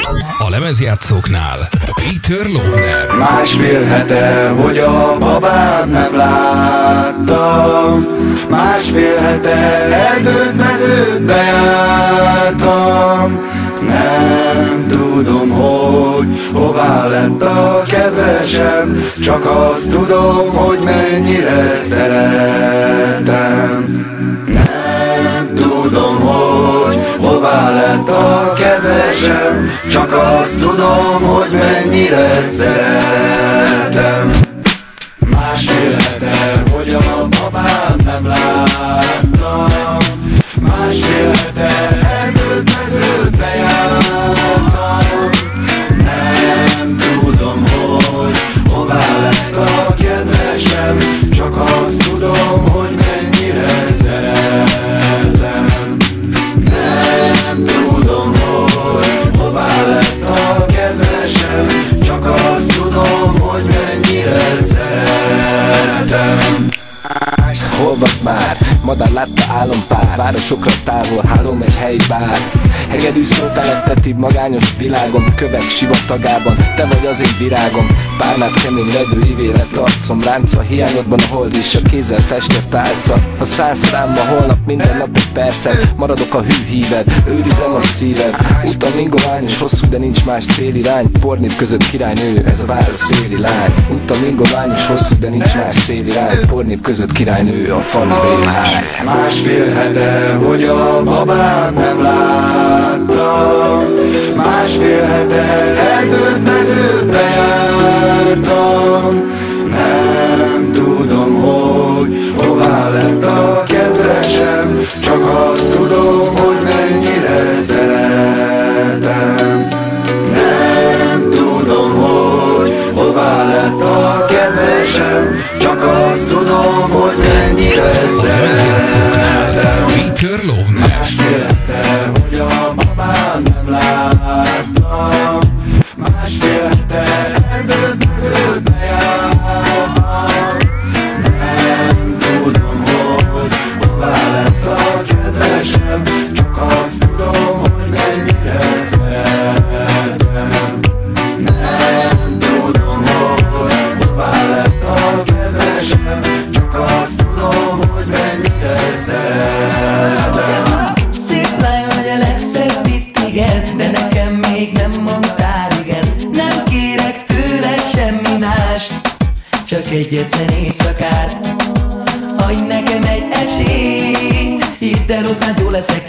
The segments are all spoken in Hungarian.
A lemezjátszóknál Peter Lohner. Másfél hete, hogy a babám nem láttam. Másfél hete erdőt, mezőt bejártam. Nem tudom, hogy hová lett a kedvesem, csak azt tudom, hogy mennyire szeretem. Nem tudom, hogy hová lett a kedvesem, csak azt tudom, hogy mennyire szeretem. Másfél hete, hogy a babám nem láttam. Másfél hete erdőt, mezőt bejártam. Nem tudom, hogy hová lett a kedvesem, csak azt tudom, hogy mennyire szeretem. Nem tudom, hogy hová lett a kedvesem, csak azt tudom, hogy mennyire szeretem. Hol vagy már? Madár látta álompár. Városokra távol, hálom egy helybár. Hegedű szó feletteti magányos világom. Kövek sivatagában, te vagy az én virágom. Párnát kemény redő ívélet arcom. Ránca hiányodban a hold és a kézzel festett álca. Ha szállsz rám ma holnap minden nap egy percet, maradok a hű híved, őrizem a szíved. Utam ingolányos, hosszú, de nincs más célirány. Pornit között királynő, ez a válasz széli lány. Utam ingolányos, hosszú, de nincs más célirány. Pornit között királynő, a falu béli lány. Másfél hete, hogy a babám nem láttam. Másfél hete erdőt, mezőt bejártam. Nem tudom, hogy hová lett a kedvesem, csak azt tudom, hogy mennyire szeretem. Nem tudom, hogy hová lett a kedvesem, csak azt tudom, hogy mennyire szeretem. Peter Lohner. Másfél hete, hogy a babám nem láttam. Másfél hete erdőt, mezőt bejártam. Nem tudom, hogy hová lett a kedvesem, csak azt tudom, hogy mennyire szeretem. Nem tudom, hogy hová lett a kedvesem, csak azt tudom, hogy mennyire szeretem. Szép lány vagy a legszebb itt, igen, de nekem még nem mondtál igen. Nem kérek tőled semmi más, csak egyetlen éjszakát. Adj nekem egy esélyt, hidd el hozzád, jó leszek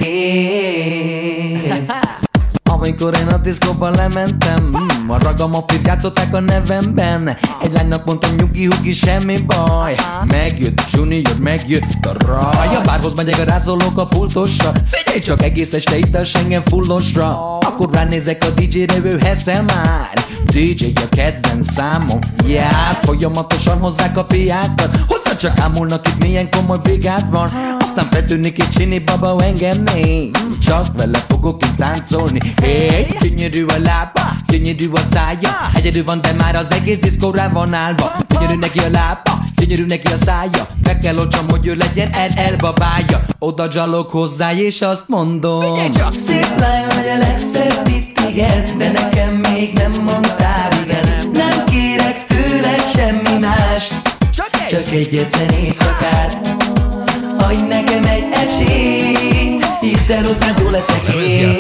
én. Amikor én a diszkóban lementem, a ragamafit játszották a nevemben. Egy lánynak mondtam, nyugi-hugi, semmi baj. Megjött Junior, megjött a raj. A bárhoz megyek, a rázolok a pultosra. Figyelj csak, egész este itt a Schengen fullosra. Akkor ránézek a DJ-re, ő heszel már. DJ a kedvenc számom, yes. Folyamatosan hozzák a piákat. Hozzá csak ámulnak, itt milyen komoly brigád van. Aztán feltűnik egy csini baba, engem néz. Csak vele fogok én táncolni. Hey, gyönyörű a lába, gyönyörű a szája. Egyedül van, de már az egész diszkó rá van állva. Gyönyörű neki a lába, gyönyörű neki a szája. Meg kell olcsam, hogy ő legyen LL babája. Oda zsalok hozzá és azt mondom, szép lány vagy a legszebb itt, igen, de nekem még nem mondtál igen. Nem kérek tőled semmi más, csak egyetlen éjszakát. Adj nekem egy esélyt, hidd el hozzám, jó leszek én.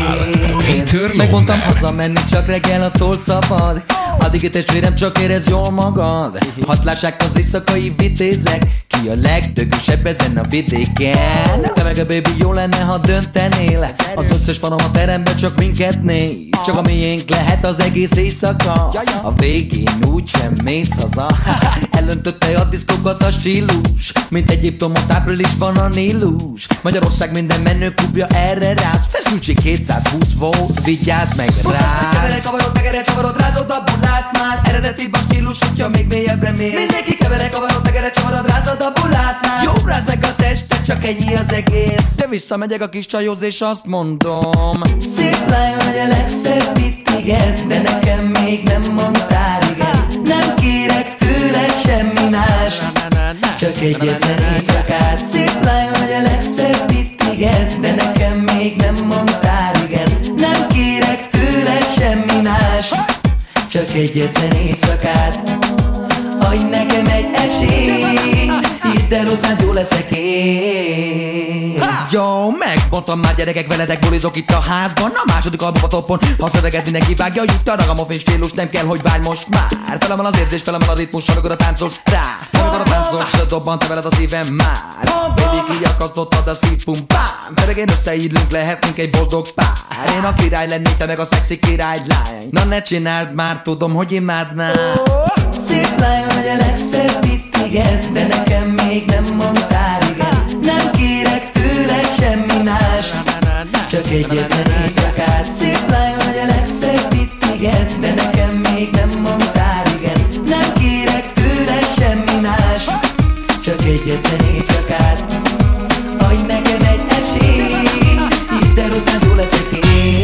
Megmondtam hazamenni, csak reggel attól szabad. Addig a testvérem, csak érez jól magad. Hadd lássák az éjszakai vitézek, ki a legdögösebb ezen a vidéken. Te meg a baby, jó lenne, ha döntenél. Az összes panom a teremben csak minket néz. Csak a miénk lehet az egész éjszaka. A végén úgysem mész haza. Elöntötte a diszkókat a stílus, mint Egyiptomot áprilisban a Nílus. Magyarország minden menő klubja erre ráz. Feszültség 220 volt, vigyázz meg rá. Keverek, kavarod, tegered, csavarod, rázod a bulát már. Eredetibb a stílus, hogyha még mélyebbre mész. Mindenki keverek, kavarod, tegered, csavarod, rázod a bulát már. Jó, rázd meg a testet, csak ennyi az egész. De visszamegyek a kis csajhoz és azt mondom, szép lány vagy a legszebb itt, igen, de nekem még nem mondtál igen. Nem kérek tőled semmi más, csak egyetlen éjszakát. Szép lány vagy a legszebb itt, igen, de nekem még nem mondtál igen. Nem kérek tőled csak egyetlen éjszakát. Adj nekem egy esélyt, hidd el hozzám, jó leszek én. Jó, megmondtam már gyerekek, veletek bulizok itt a házban. A második album a toppon, ha szöveget mindenki vágja. Itt a ragamofén stílus, nem kell, hogy várj most már. Felem van az érzés, felem van a ritmus, amikor a táncolsz rá. Amikor a táncolsz, dobban te veled a szívem már. Baby, kiakasztottad a szívpumpám. Teregén összeírlünk, lehetünk egy boldog pár. Én a király lennék, te meg a szexi királylány. Na ne csináld már, tudom, hogy imádnál. Szép lány vagy a legszebb itt, igen, de nekem még nem mondtál igen. Nem kérek tőled semmi más, csak egyetlen éjszakát. Szép lány vagy a legszebb itt, igen, de nekem még nem mondtál igen. Nem kérek tőled semmi más, csak egyetlen éjszakát. Adj nekem egy esélyt, hidd el hozzám, jó leszek én.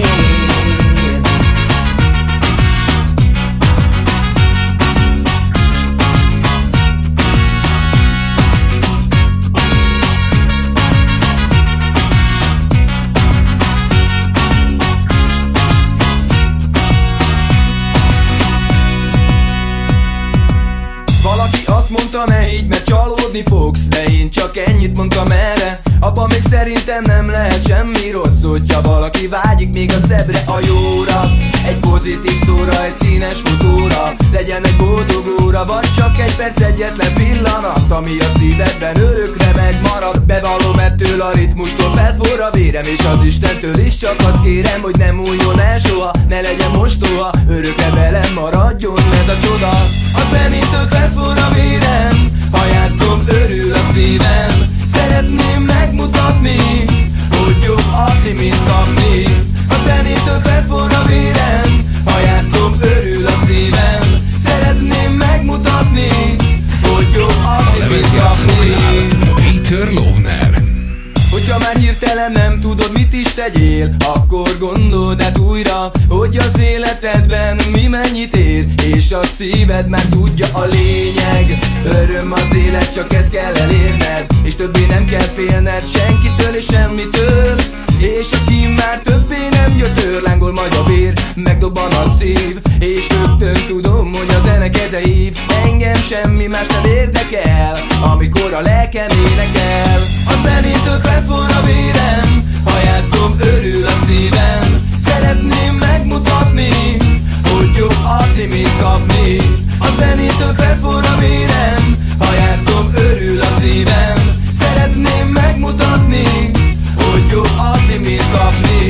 Mondtam így, mert csalódni fogsz, de én csak ennyit mondtam erre. Abban még szerintem nem lehet semmi rossz, hogyha valaki vágyik még a szebbre, a jóra. Egy pozitív szóra, egy színes fotóra, legyen egy boldog óra, vagy csak egy perc, egyetlen pillanat, ami a szívedben örökre megmarad. Bevallom, ettől a ritmustól felforr a vérem, és az Istentől is csak azt kérem, hogy ne múljon el soha, ne legyen mostoha, örökre velem maradjon ez a csoda. A zenétől felforr a vérem, ha játszom, örül a szívem. Szeretném megmutatni, hogy jobb adni, mint kapni. A zenétől felforr a vérem, ha játszom, örül a szívem. Szeretném megmutatni, hogy jobb adni, mint kapni. Peter Lovner. Hogyha már hirtelen nem tudod, mit is tegyél, akkor gondold át újra, hogy az életedben mi mennyit ér, és a szíved már tudja a lényeg. Öröm az élet, csak ezt kell elérned, és többé nem kell félned senkitől és semmitől. És aki már többé nem jött, lángol majd a vér, megdobban a szív, és rögtön tudom, hogy a zene keze hív. Engem semmi más nem érdekel, amikor a lelkem énekel. A zenétől felforr a vérem, ha játszom, örül a szívem. Szeretném megmutatni, hogy jobb adni, mint kapni. A zenétől felforr a vérem, ha játszom, örül a szívem. Szeretném megmutatni, hogy jobb adni, mint kapni.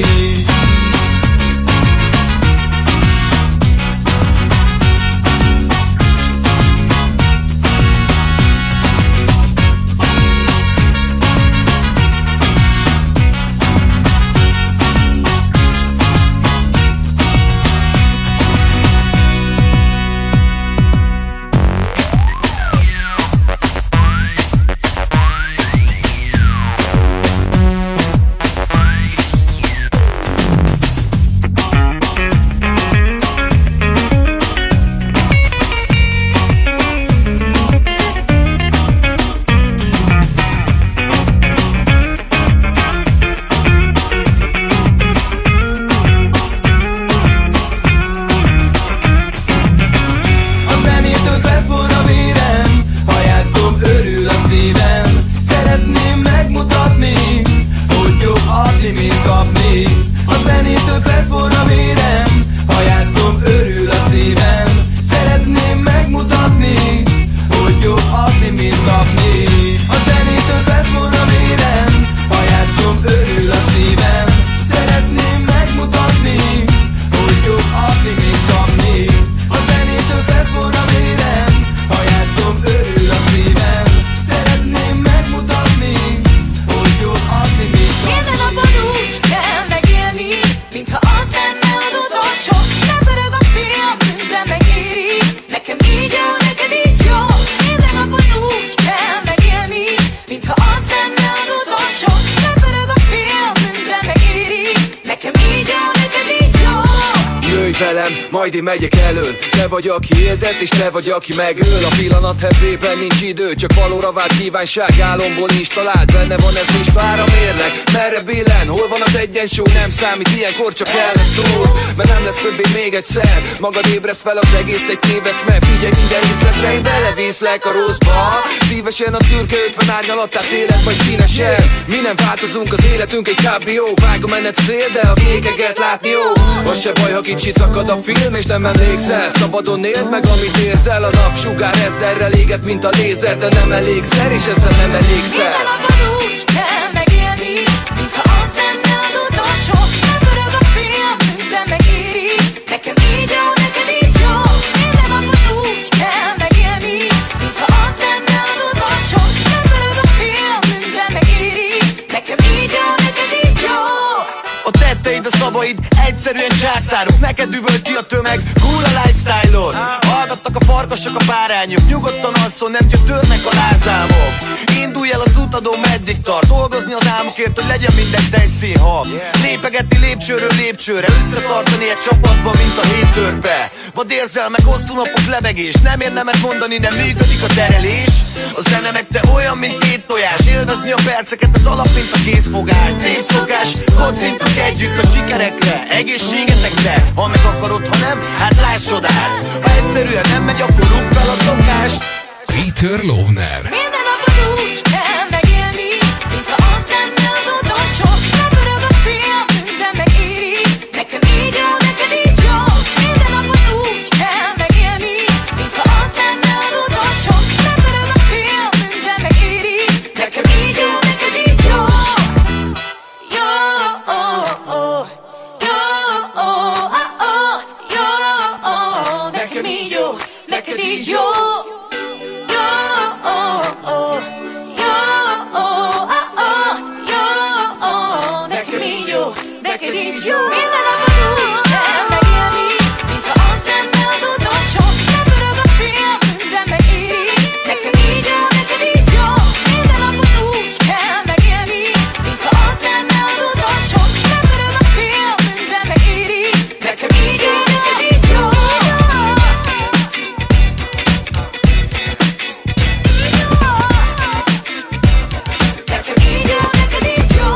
jöjj velem, majd én megyek elől. Te vagy, aki éltet, és te vagy, aki megöl. A pillanat hevében nincs idő, csak valóra vált kívánság, álomból nincs talált. Benne van ez, nincs pár a mérleg. Merre billen, hol van az egyensúly? Nem számít, ilyenkor csak el szól. Mert nem lesz többé még egyszer. Magad ébresz fel, az egész egy tévesz. Mert figyelj minden részletre, én belevészlek a rosszba. Szívesen a szürke 50 árnyalatát éled majd színesen. Mi nem változunk, az életünk egy kábrió. Vágom menet cél, de a kékeket látni jó. Az se baj, ha kicsit szakad a film, és nem emlékszel. Szabadon éld meg, amit érzel. A napsugár ezerrel éget, mint a lézer. De nem elégszer, és ezzel nem elégszer. Minden napon úgy kell megélni, mintha az lenne az utolsó. Nem pörög a film, de megéri. Nekem így jó, neked így jó. Minden napon úgy kell megélni, mintha az lenne az utolsó. Nem pörög a film, de megéri. Nekem így jó, neked így jó. A tetteid, a szavaid egyszerűen császárok. Neked üvölt ki a tömeg, cool a lifestyle-od. Hallgattak a farkasok, a bárányok. Nyugodtan alszol, nem gyötörnek a lázálmok. Indulj el az utadon, meddig tart. Dolgozni az álmokért, hogy legyen minden tejszínhab. Lépegetni lépcsőről lépcsőre. Összetartani egy csapatban, mint a héttörpe. Vad érzelmek, hosszú napok, lebegés. Nem ér nemet mondani, nem működik a terelés. A zene meg te olyan, mint két tojás. Élvezni a perceket, az alap, mint a kézfogás. Szép szokás, kocintunk együtt a sikerekre, egészségetekre. Ha meg akarod, ha nem, hát lássod át. Ha egyszerűen nem megy, akkor rúg fel a szokást. Peter Lovner. Minden napon úgy kell megélni, mintha az lenne az utolsó. Nem pörög a film, de megéri. Nekem így jó, neked így jó. Minden napon úgy kell megélni, mintha az lenne az utolsó. Nem pörög a film, de megéri. Nekem így jó, neked így jó. Jó, oh, oh. Jó, oh, oh, oh. Jó, oh, nekem így jó, neked így jó. Minden napon úgy kell megélni, mintha az lenne az utolsó. Nem pörög a film, de megéri. Nekem így jó, neked így jó. Minden napon úgy kell megélni, mintha az lenne az utolsó. Nem pörög a film, de megéri. Nekem így jó, neked így jó. Nekem így jó, neked így jó.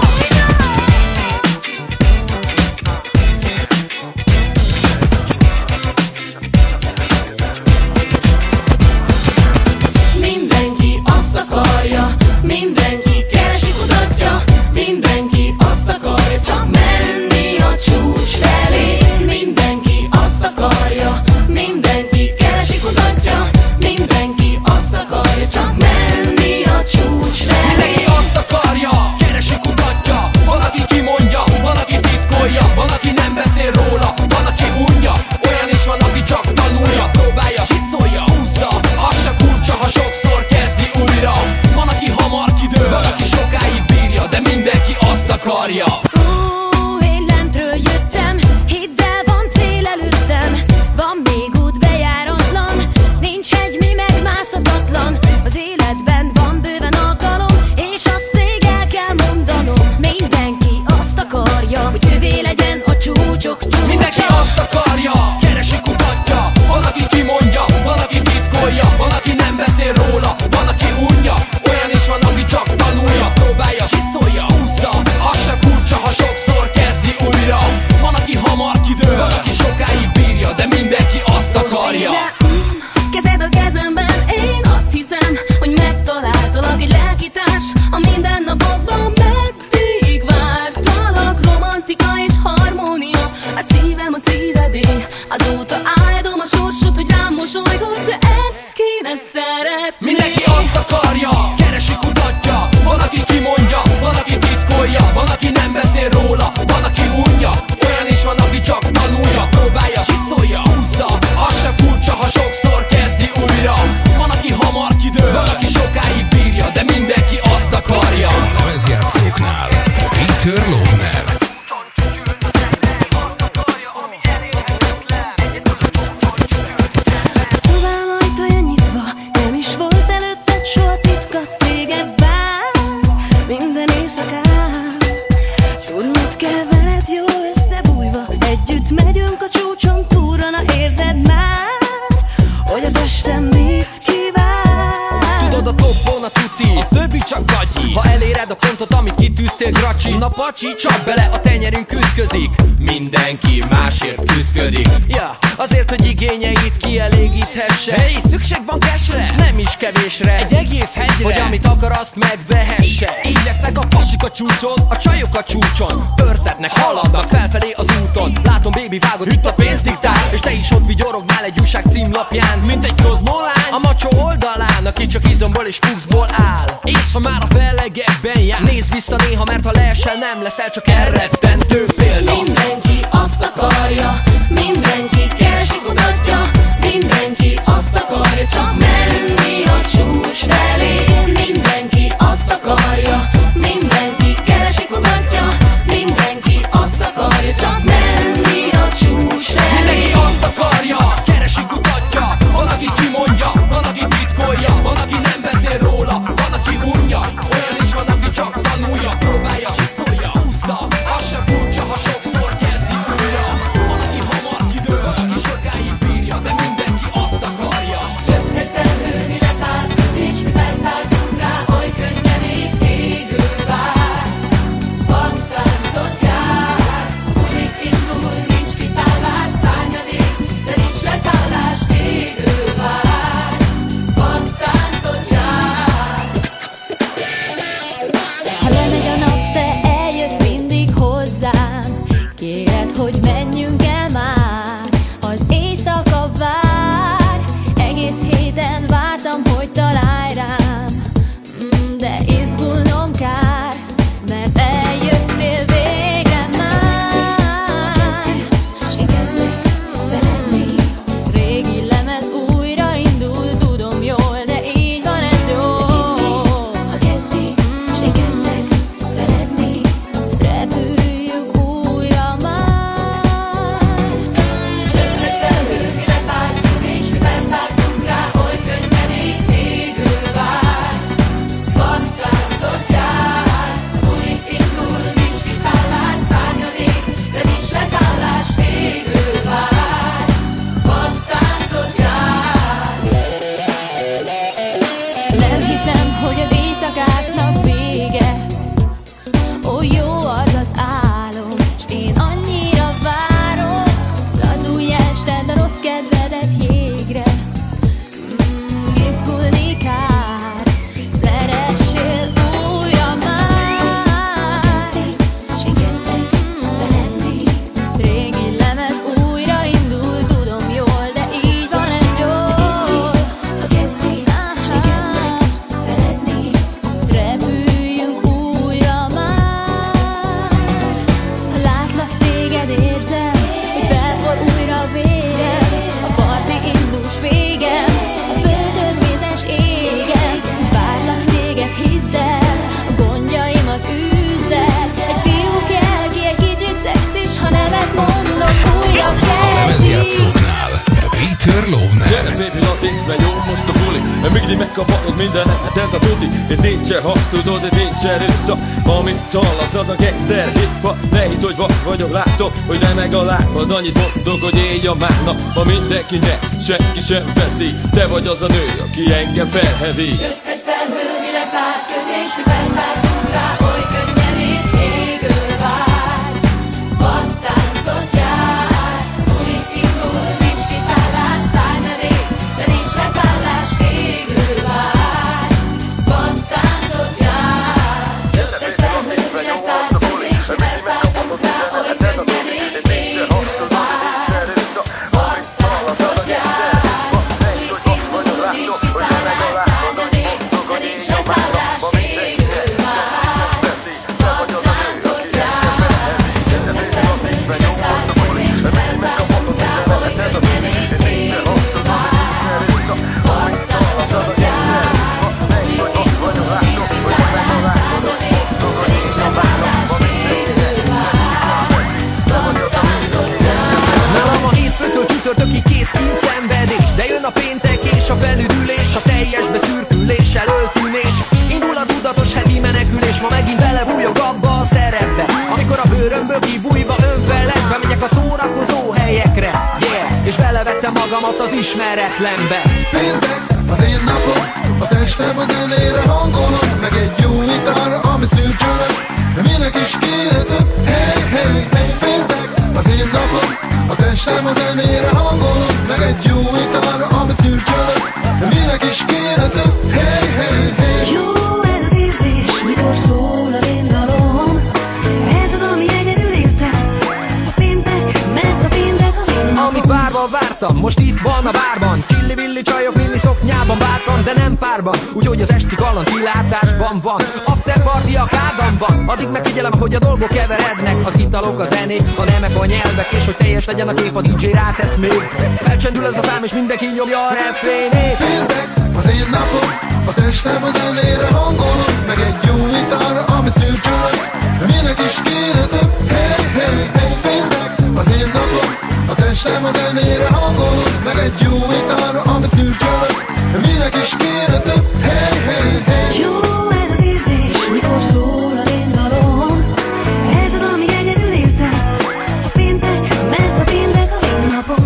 Mindenki azt akarja, mindenki keresi, kutatja, mindenki azt akarja, csak menni a csúcs felé. Mindenki azt akarja, mindenki keresi, kutatja, mindenki azt akarja, csak menni a csúcs felé. Mindenki azt akarja, keresi, kutatja. Van, aki kimondja, van, aki titkolja. Van, aki nem beszél róla, van, aki unja. Olyan is van, aki csak tanulja. Próbálja, csiszolja, húzza. Az se furcsa, ha sokszor kezdi újra. Van, aki hamar kidől, van, aki sokáig bírja. De mindenki azt akarja. Én lentről jöttem, hidd el, van cél előttem. Van még út bejáratlan, nincs hegy, mi megmászhatatlan. Az életben van bőven alkalom, és azt még el kell mondanom. Mindenki azt akarja, hogy ővé legyen a csúcsok csúcsa. Mindenki azt akarja, keresi, kutatja. Van, aki kimondja, van, aki titkolja. Van, aki nem beszél róla, van, aki unja. Olyan is van, aki csak tanulja. Próbálja, csiszolja, húzza. Az se furcsa, ha sokszor kezdi újra. Van, aki hamar kidől, van, aki sokáig bírja. De mindenki azt akarja. Kezed a kezemben, én azt hiszem, hogy megtaláltalak egy lelkitárs. A mindennapokban meddig vártalak, romantika és harmónia. A szívem a szívedé, azóta áldom a sorsot, hogy rám mosolygod, de ezt kéne szeret. Mindenki azt akarja, keresi, kutatja. Van, aki kimondja, van, aki titkolja. Van, aki nem beszél róla, van, aki unja. Olyan is van, aki csak tanulja. Próbálja, csiszolja, húzza. Az se furcsa, ha sokszor kezdi újra. Van, aki hamar kidől, van, aki sokáig bírja. De mindenki azt akarja. A lemezjátszóknál Peter Lovner. Azt akarja, ami elérhetetlen. vagyunk a csúcson túlra, na érzed már, hogy a testem mit kíván. Tudod, a toppon a tuti, a többi csak gagyi. Ha eléred a pontot, amit kitűztél, gracsi, na pacsi, csak bele a tenyerünk ütközik. Mindenki másért küzdködik. Ja, azért, hogy igényeit kielégíthesse. Hey, szükség van cashre? Nem is kevésre. Egy egész hegyre, hogy amit akar, azt megvehesse. Így lesznek a pasik a csúcson, a csajok a csúcson. Pörtetnek, haladnak felfelé az úton. Látom, baby, vágod, itt a pénz diktál. És te is ott vigyorognál egy újság címlapján, mint egy kozmolány a macsó oldalán, aki csak izomból és fuxból áll. És ha már a fellegebben jár, nézz vissza néha, mert ha leesel, nem leszel csak elrettentő példa. Mindenki azt akarja, mindenki keresi, kutatja, mindenki azt akarja, csak menni a csúcs felé. Mindenki azt akarja, mindenki keresi, kutatja, mindenki azt akarja, csak menni a csúcs felé. Mindenki azt akarja, keresi, kutatja, van, aki kimondja, van, aki titkolja, van, aki nem beszél róla, van, aki unja, olyan is van, aki csak tanulja, próbálja, csiszolja, húzza, az se furcsa, ha sokszor kezdi újra. Van, aki hamar kidől, van, aki sokáig bírja, de mindenki azt akarja. Jött egy felhő, mi leszállt közécs, mi felszálltunk rá, oly könnyen égő vár. Vadtáncot jár, úrik indul, nincs kiszállás, szárnyadék, de nincs leszállás, égő vár. Vadtáncot jár. Ha lemegy a nap, te eljössz mindig hozzám. Kéred, hogy menjünk el már, az éjszaka vár. Egész héten vártam, hogy találj rám, de izgulnom kár, mert eljöttél végre már. Régi lemez újra indul, tudom jól, de így van ez jó. Repüljünk újra már. Jött egy felhő, mi leszállt közécs, mi felszálltunk rá, oly könnyen égő vár. Vadtáncot jár, úrik indul, nincs kiszállás, szárnyadék, de nincs leszállás, égő vár. Vadtáncot jár. Nem hiszem, hogy az éjszakáknak vége. Ó, jó az az álom, s én annyira várom. Lazulj ested a rossz kedvedet jégre. Izgulni kár, szeressél újra már. Régi lemez újra indul, tudom jól, de így van ez jól. Repüljünk újra már. Ha látlak téged, érzem, hogy felforr újra a vérem. A parti indus végem, a földön vízes égem. Várlak téged, hidd el, a gondjaimat üzd el. Egy fiú kell, ki egy kicsit szexis, ha nemet mondok, újra A kezdi. lemezjátszóknál Peter Gyere Lovner. baby, lazíts, mert jó most a buli. Mindig megkaphatod mindenet, hát ez a tuti. Itt nincsen harc, tudod, itt nincsen vissza. Amit hallasz, az a gangster hip-hop. Ne hidd, hogy vak vagyok, látom, hogy remeg a lábad. Annyit mondok, hogy élj a mána. Ha mindenkinek senki sem veszi, te vagy az a nő, aki engem felhevít. Jött egy felhő, mi leszállt közécs, mi felszálltunk rá, oly könnyen égő vágy. Vadtáncot jár, úrik indul, nincs kiszállás, szárnyadék, de nincs leszállás, égő vágy. Vadtáncot jár. Jött egy felhő, mi leszállt közécs, mi felszálltunk rá, oly könnyen égő vágy. Vadtáncot jár, úrik indul, nincs kiszállás, szárnyadék, de nincs leszállás, égő péntekre, yeah, és belevettem magamat az ismeretlenbe. Péntek, az én napom, a testem a zenére hangolom, meg egy jó italra, amit szürcsölök, de minek is kéne több, hey, hey, hey. Péntek, az én napom, a testem a zenére hangolom, meg egy jó italra, amit szürcsölök, de minek is kéne több, hey, hey, hey. Jó ez az érzés, mikor szól az én dalom. Ez az, ami egyedül értett. A péntek, mert a péntek az én napom. Amit várva vártam, most itt van a bárban. Csilli-villi csajok mini szoknyában bátran, de nem párban. Úgyhogy az esti kaland kilátásban van. After party a kágamban. Addig megfigyelem, hogy a dolgok keverednek. Az italok, a zenék, a nemek, a nyelvek. És hogy teljes legyen a kép, a DJ rátesz még. Felcsendül ez a szám, és mindenki nyomja a refrénét. Péntek, az én napom, a testem a zenére hangolom, meg egy jó italra, amit szürcsölök, de minek is kéne több, hey, hey, hey. Péntek, az én napom, a testem a zenére hangolom, meg egy jó italra, amit szürcsölök, de minek is kéne több, hey, hey, hey. Jó ez az érzés, mikor szól az én dalom. Ez az, ami egyedül értett. A péntek, mert a péntek az én napom.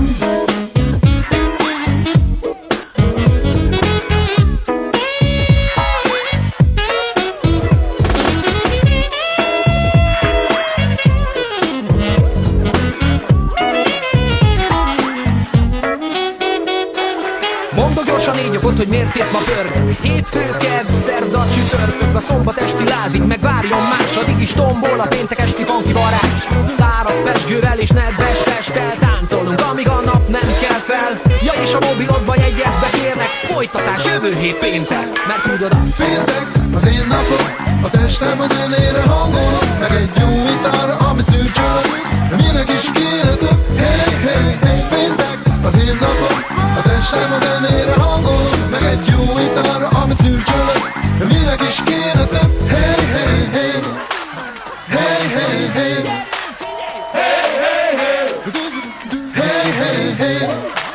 Mondok gyorsan így okot, hogy miért épp ma pörg. Hétfő, kedd, szerda, csütörtök. A szombat esti lázik, meg várjon más. Addig is tombol a péntek esti funky varázs. Száraz pezsgővel és nedves testtel táncolunk, amíg a nap nem kell fel. Ja, és a mobilodban jegyezbe kérnek. Folytatás jövő hét péntek, mert tudod a Péntek, az én napom, a testem a zenére hangolom, meg egy jó italra, amit szürcsölök, de minek is kéne több, hey, hey, hey. Péntek, az én napom, a testem a zenére hangolom, meg egy jó italra, amit szürcsölök, de minek is kéne több, hey, hey, hey. Hey, hey, hey. Hey, hey, hey. Hey, hey, hey.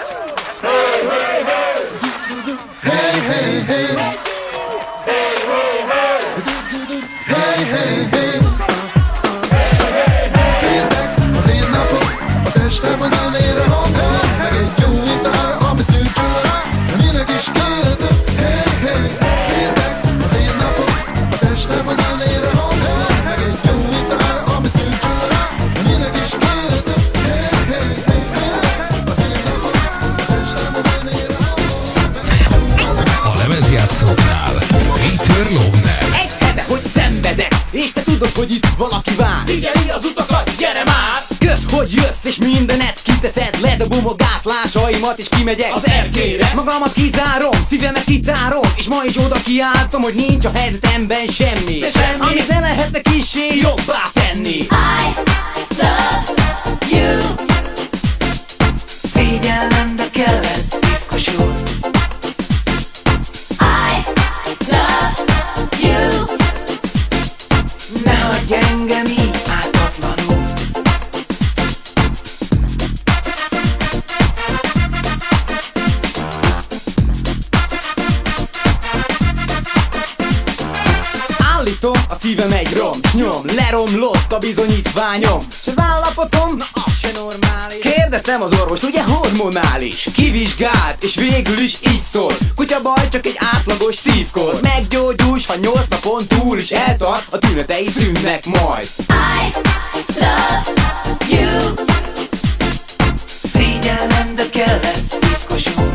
Hey, hey, hey. Hey, hey, hey. Péntek, az én napom, a testem a zenére hangol, meg egy jó italra, amit szürcsölök, de minek is kéne több, hey, hey. Péntek, az én napom, a testem a zenére hangol, meg egy jó italra, amit szürcsölök, de minek is kéne több, hey, hey, hey. Az én napom, a testem a zenére hangol. A lemezjátszóknál Peter Lovner. Egy hete, hogy szenvedek, és te tudod, hogy itt valaki vár. Figyeli az utakat, gyere már! Kösz, hogy jössz, és mindenet kiteszed. Ledobom a gátlásaimat, és kimegyek az erkére. Magamat kizárom, szívemet kitárom, és ma is oda kiáltom, hogy nincs a helyzetemben semmi, amit ne lehetne kissé jobbá tenni. I love you. Szégyellem, de kell ez piszkosul. I love you. Ne hagyj engem így ártatlanul. Állítom, a szívem egy rom, nyom, leromlott a bizonyítványom. S az állapotom, na az se normális. Kérdeztem az orvost, ugye hormonális. Kivizsgált, és végül is így szól: kutya baj, csak egy átlagos szívkor. Meggyógyulsz, ha 8 napon túl is eltart, a tünetei szűnnek majd. I love you. Szégyellem, de kell ez piszkosul.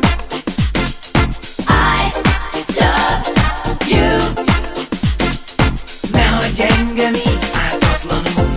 I love you. Ne hagyj engem így ártatlanul.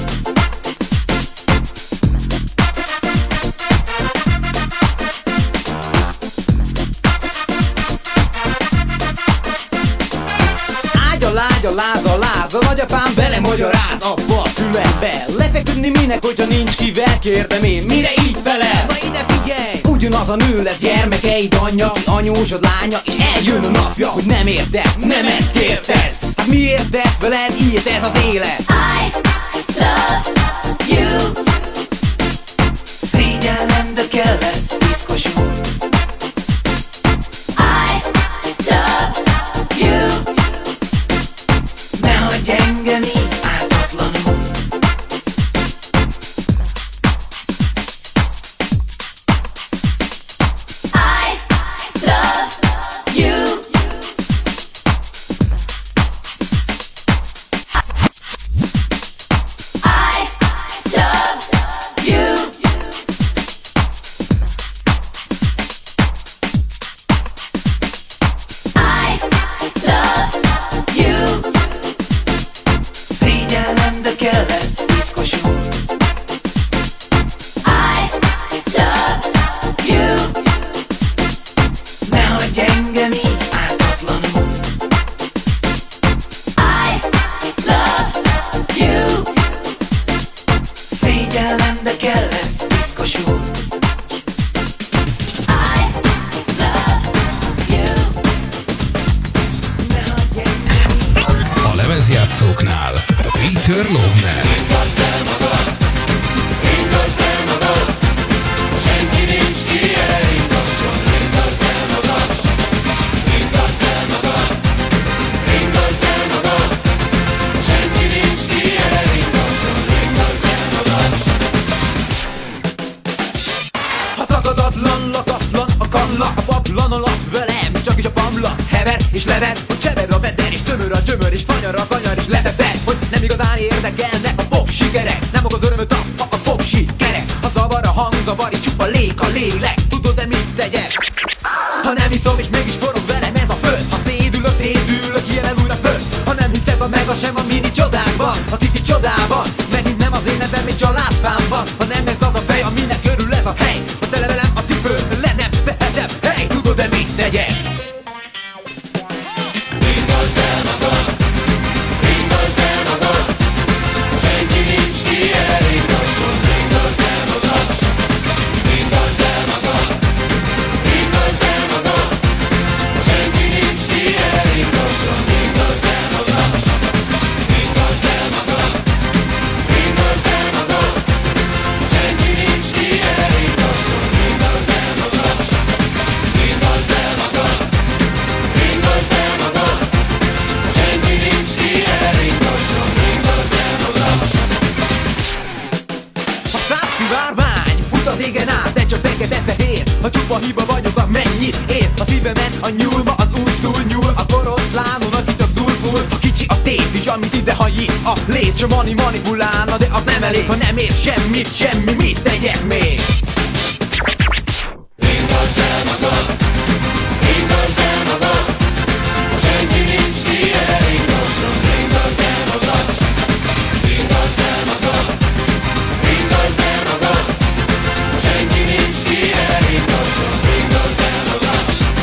Ágya, láza, nagyapám belemagyaráz abba a fülembe. Lefeküdni minek, hogyha nincs kivel, kérdem én, mire így felel? Na ide figyelj! Ugyanaz a nő lesz gyermekeid anyja, ki anyósod lánya, és eljön a napja, hogy nem érted, nem ezt kérted. Hát miért tett veled így ez az élet? I love you. Szégyellem, de kell ez piszkosul. I love you. Ne hagyj engem így ártatlanul. Peter Lovner. A paplan alatt velem, csak is a pamla hever és lever, hogy csever a veder és tömör a gyömör és fanyar a kanyar és lepeper, hogy nem igazán érdekelnek a pop sikerek, nem okoz örömöt a pop sikerek. Ha zavar a hangzavar és csupa lék a lélek, tudod-e mit tegyek? Ha nem hiszom és mégis forog velem ez a föld, ha szédülök, ilyen újra föld. Ha nem hiszed a meg a sem a mini csodákban, a titi csodában, megint nem az én nevem, mint családfám van. Ha nem ez az a fej, aminek örül ez a hely, ha tele velem a cipő, le nem vehetem, hey, tudod-e mit tegyek? Ringasd el magad, senki nincs ki elringasson. Ringasd el magad, senki nincs ki elringasson. Ringasd el magad, senki nincs ki elringasson. Ringasd el magad, senki nincs ki elringasson. Ringasd el magad. A százszivárvány fut az égen át, de csak fekete-fehér. Ha csupa hiba vagyok, az mennyit ér? A szívemen a nyúlma, az ús túl nyúl. A koroszlánon, aki csak túlfúl. A kicsi a tép is, amit ide hajít. A léc, manipulálna, de az nem elég. Ha nem ér semmit, semmi, mit tegyek még? Ringasd el magad, senki nincs ki elringasson. Ringasd el magad, senki nincs ki elringasson. Ringasd el magad.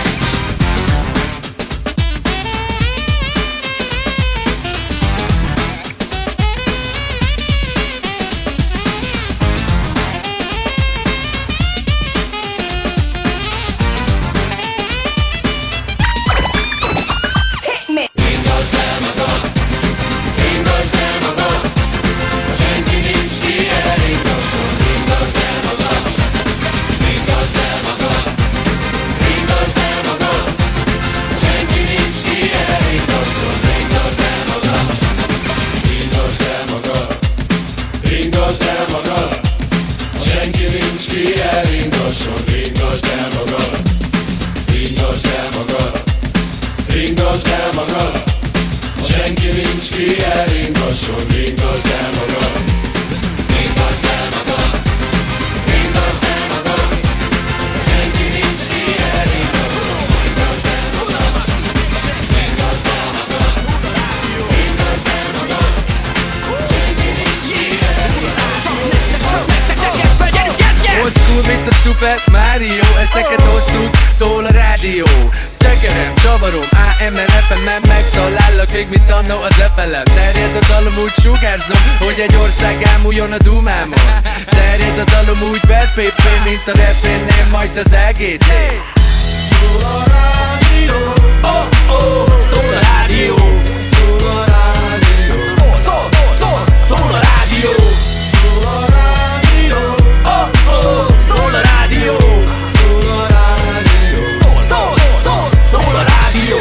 Super Mario, ezt neked hoztuk, szól a rádió. Tekerem, csavarom, AM-en, FM-en megtalállak, még mint annó az FM-en. Terjed a dalom, úgy sugárzom, hogy egy ország ámuljon a dumámon. Terjed a dalom úgy per PP, mint a repénnél majd az EGT. Szól a rádió, oh, oh, szól a rádió. szól a rádió, Szól a rádió. szól a rádió, Oh, oh, szól a rádió. szól a rádió. Szól a rádió.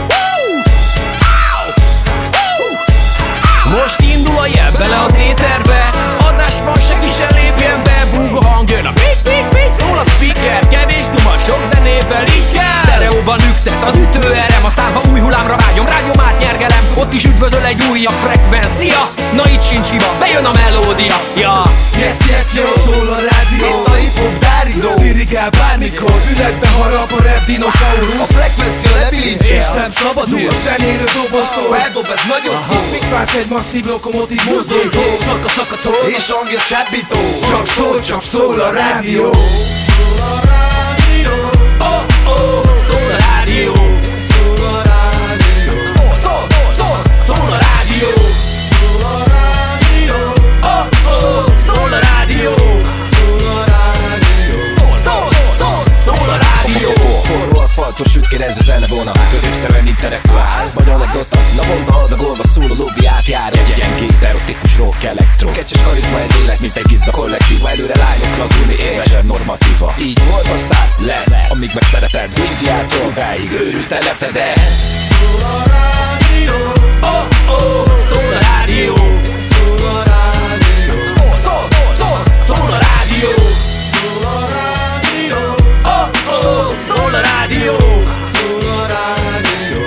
Most indul a jel bele az éterbe, adásban senki se lépjen be. Búg a hang, jön a pik, szól a speaker, kevés duma, sok zenével így kell. Sztereóban üktet az ütőerem, aztán ha új hullámra vágyom, rádióm átnyergelem. Ott is üdvözöl egy újabb frekvencia. Na itt sincs hiba, bejön a melódia. Ja. Yes, jó, szól a rádió. Itt a hip-hop dáridó. Dirigál bármikor, fületbe harap a rap dinoszaurusz. A frekvencia lebilincsél, és nem szabadul. A zenéről doboztól, feldob ez nagyon fú. Hisz még válsz egy masszív lokomotív mozdonytól. Szakaszakatól, és hangja csábító. Csak szól a rádió. Szól a rádió. Oh, oh, szól a rádió. Szól a rádió. Szól a rádió. Szól a rádió. Oh, oh, szól a rádió. Szól a rádió. Szól a rádió. Forró aszfaltos sütkérező zenevona, középszerűen intellektuál vagy anekdota, naponta adagolva szól a lobby átjár. Egyenként erotik óráig őrülten lefedett. Szól a rádió, oh, oh, szól a rádió, szól a rádió, szól a rádió, szól a rádió, oh, oh, szól a rádió, szól a rádió,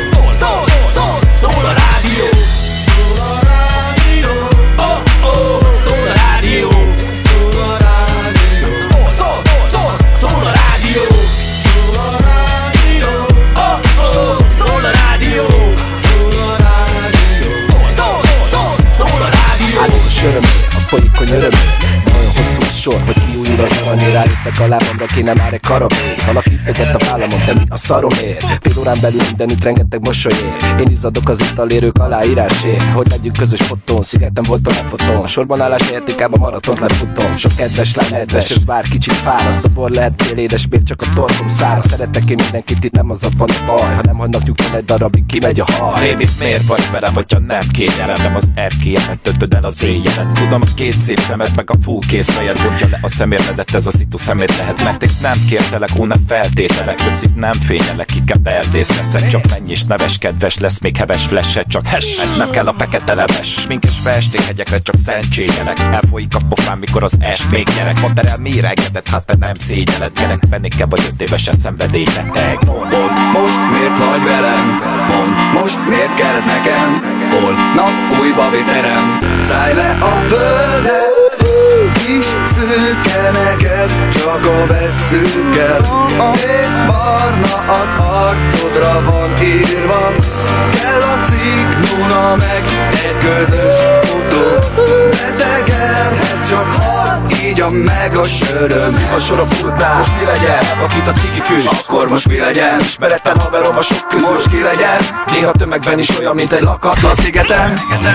szól a rádió, szól a rádió, oh, oh, szól a rádió, szól a rádió, szól a rádió, szól a rádió, oh, oh, szól a rádió, szól a rádió, szól a rádió. Állatos örömér, a folyékony örömér. Nagyon hosszú sor, hogy kiújul az aranyér. Állítek a lábamra, kéne már egy karabér. Valaki teget a vállamon, de mi a szaromért? Fél órán belül mindenütt rengeteg mosolyért. Én izzadok az italérők aláírásért. Hogy legyünk közös fotón, szigeten volt a fotón. Sorban állás értékában maratont lefutom. Sok kedves lány nedves, ez bár kicsit fáraszt. A bor lehet fél édes, miért csak a torkom száraz. Szeretek én mindenkit, itt nem az a van a baj. Ha nem hagynak nyugtan egy darabig, kimegy a haj. Baby, miért vagy velem, hogyha nem kényelem? Nem az erkélyemet, töltöd el az éjjelet. Tudom, a két szép szemed, meg a fúkész fejed. Mondja le a szemérmedet, ez a szitu szemét lehet. Mert én nem kértelek, ne feltételek. Közít nem fényelek, inkább erdész leszek. Csak menj és neves, kedves lesz, még heves flashet. Csak nem kell a fekete leves. Sminkes festékhegyekre csak szentségyenek. Elfolyik a pofám, mikor az es még gyerek. Mondd el, méregedett, hát te nem szégyeled. Gyerek, bennékkel vagy 5 évesen szenvedélybeteg. Mond, most miért vagy velem? Mond, most miért kell ez nekem? Holnap újba viterem. Szállj le a földre, kis szűke neked, csak a vesszőkkel. Én barna az arcodra van írva, kell a szignóna meg egy közös fotó. Betegelhet, csak hallja meg a söröm. A sor a pultnál, most mi legyen? Akit a cigi fűs, akkor most mi legyen? ismeretlen haverom a sok közül. Most ki legyen? Néha tömegben is olyan, mint egy lakatlan szigeten.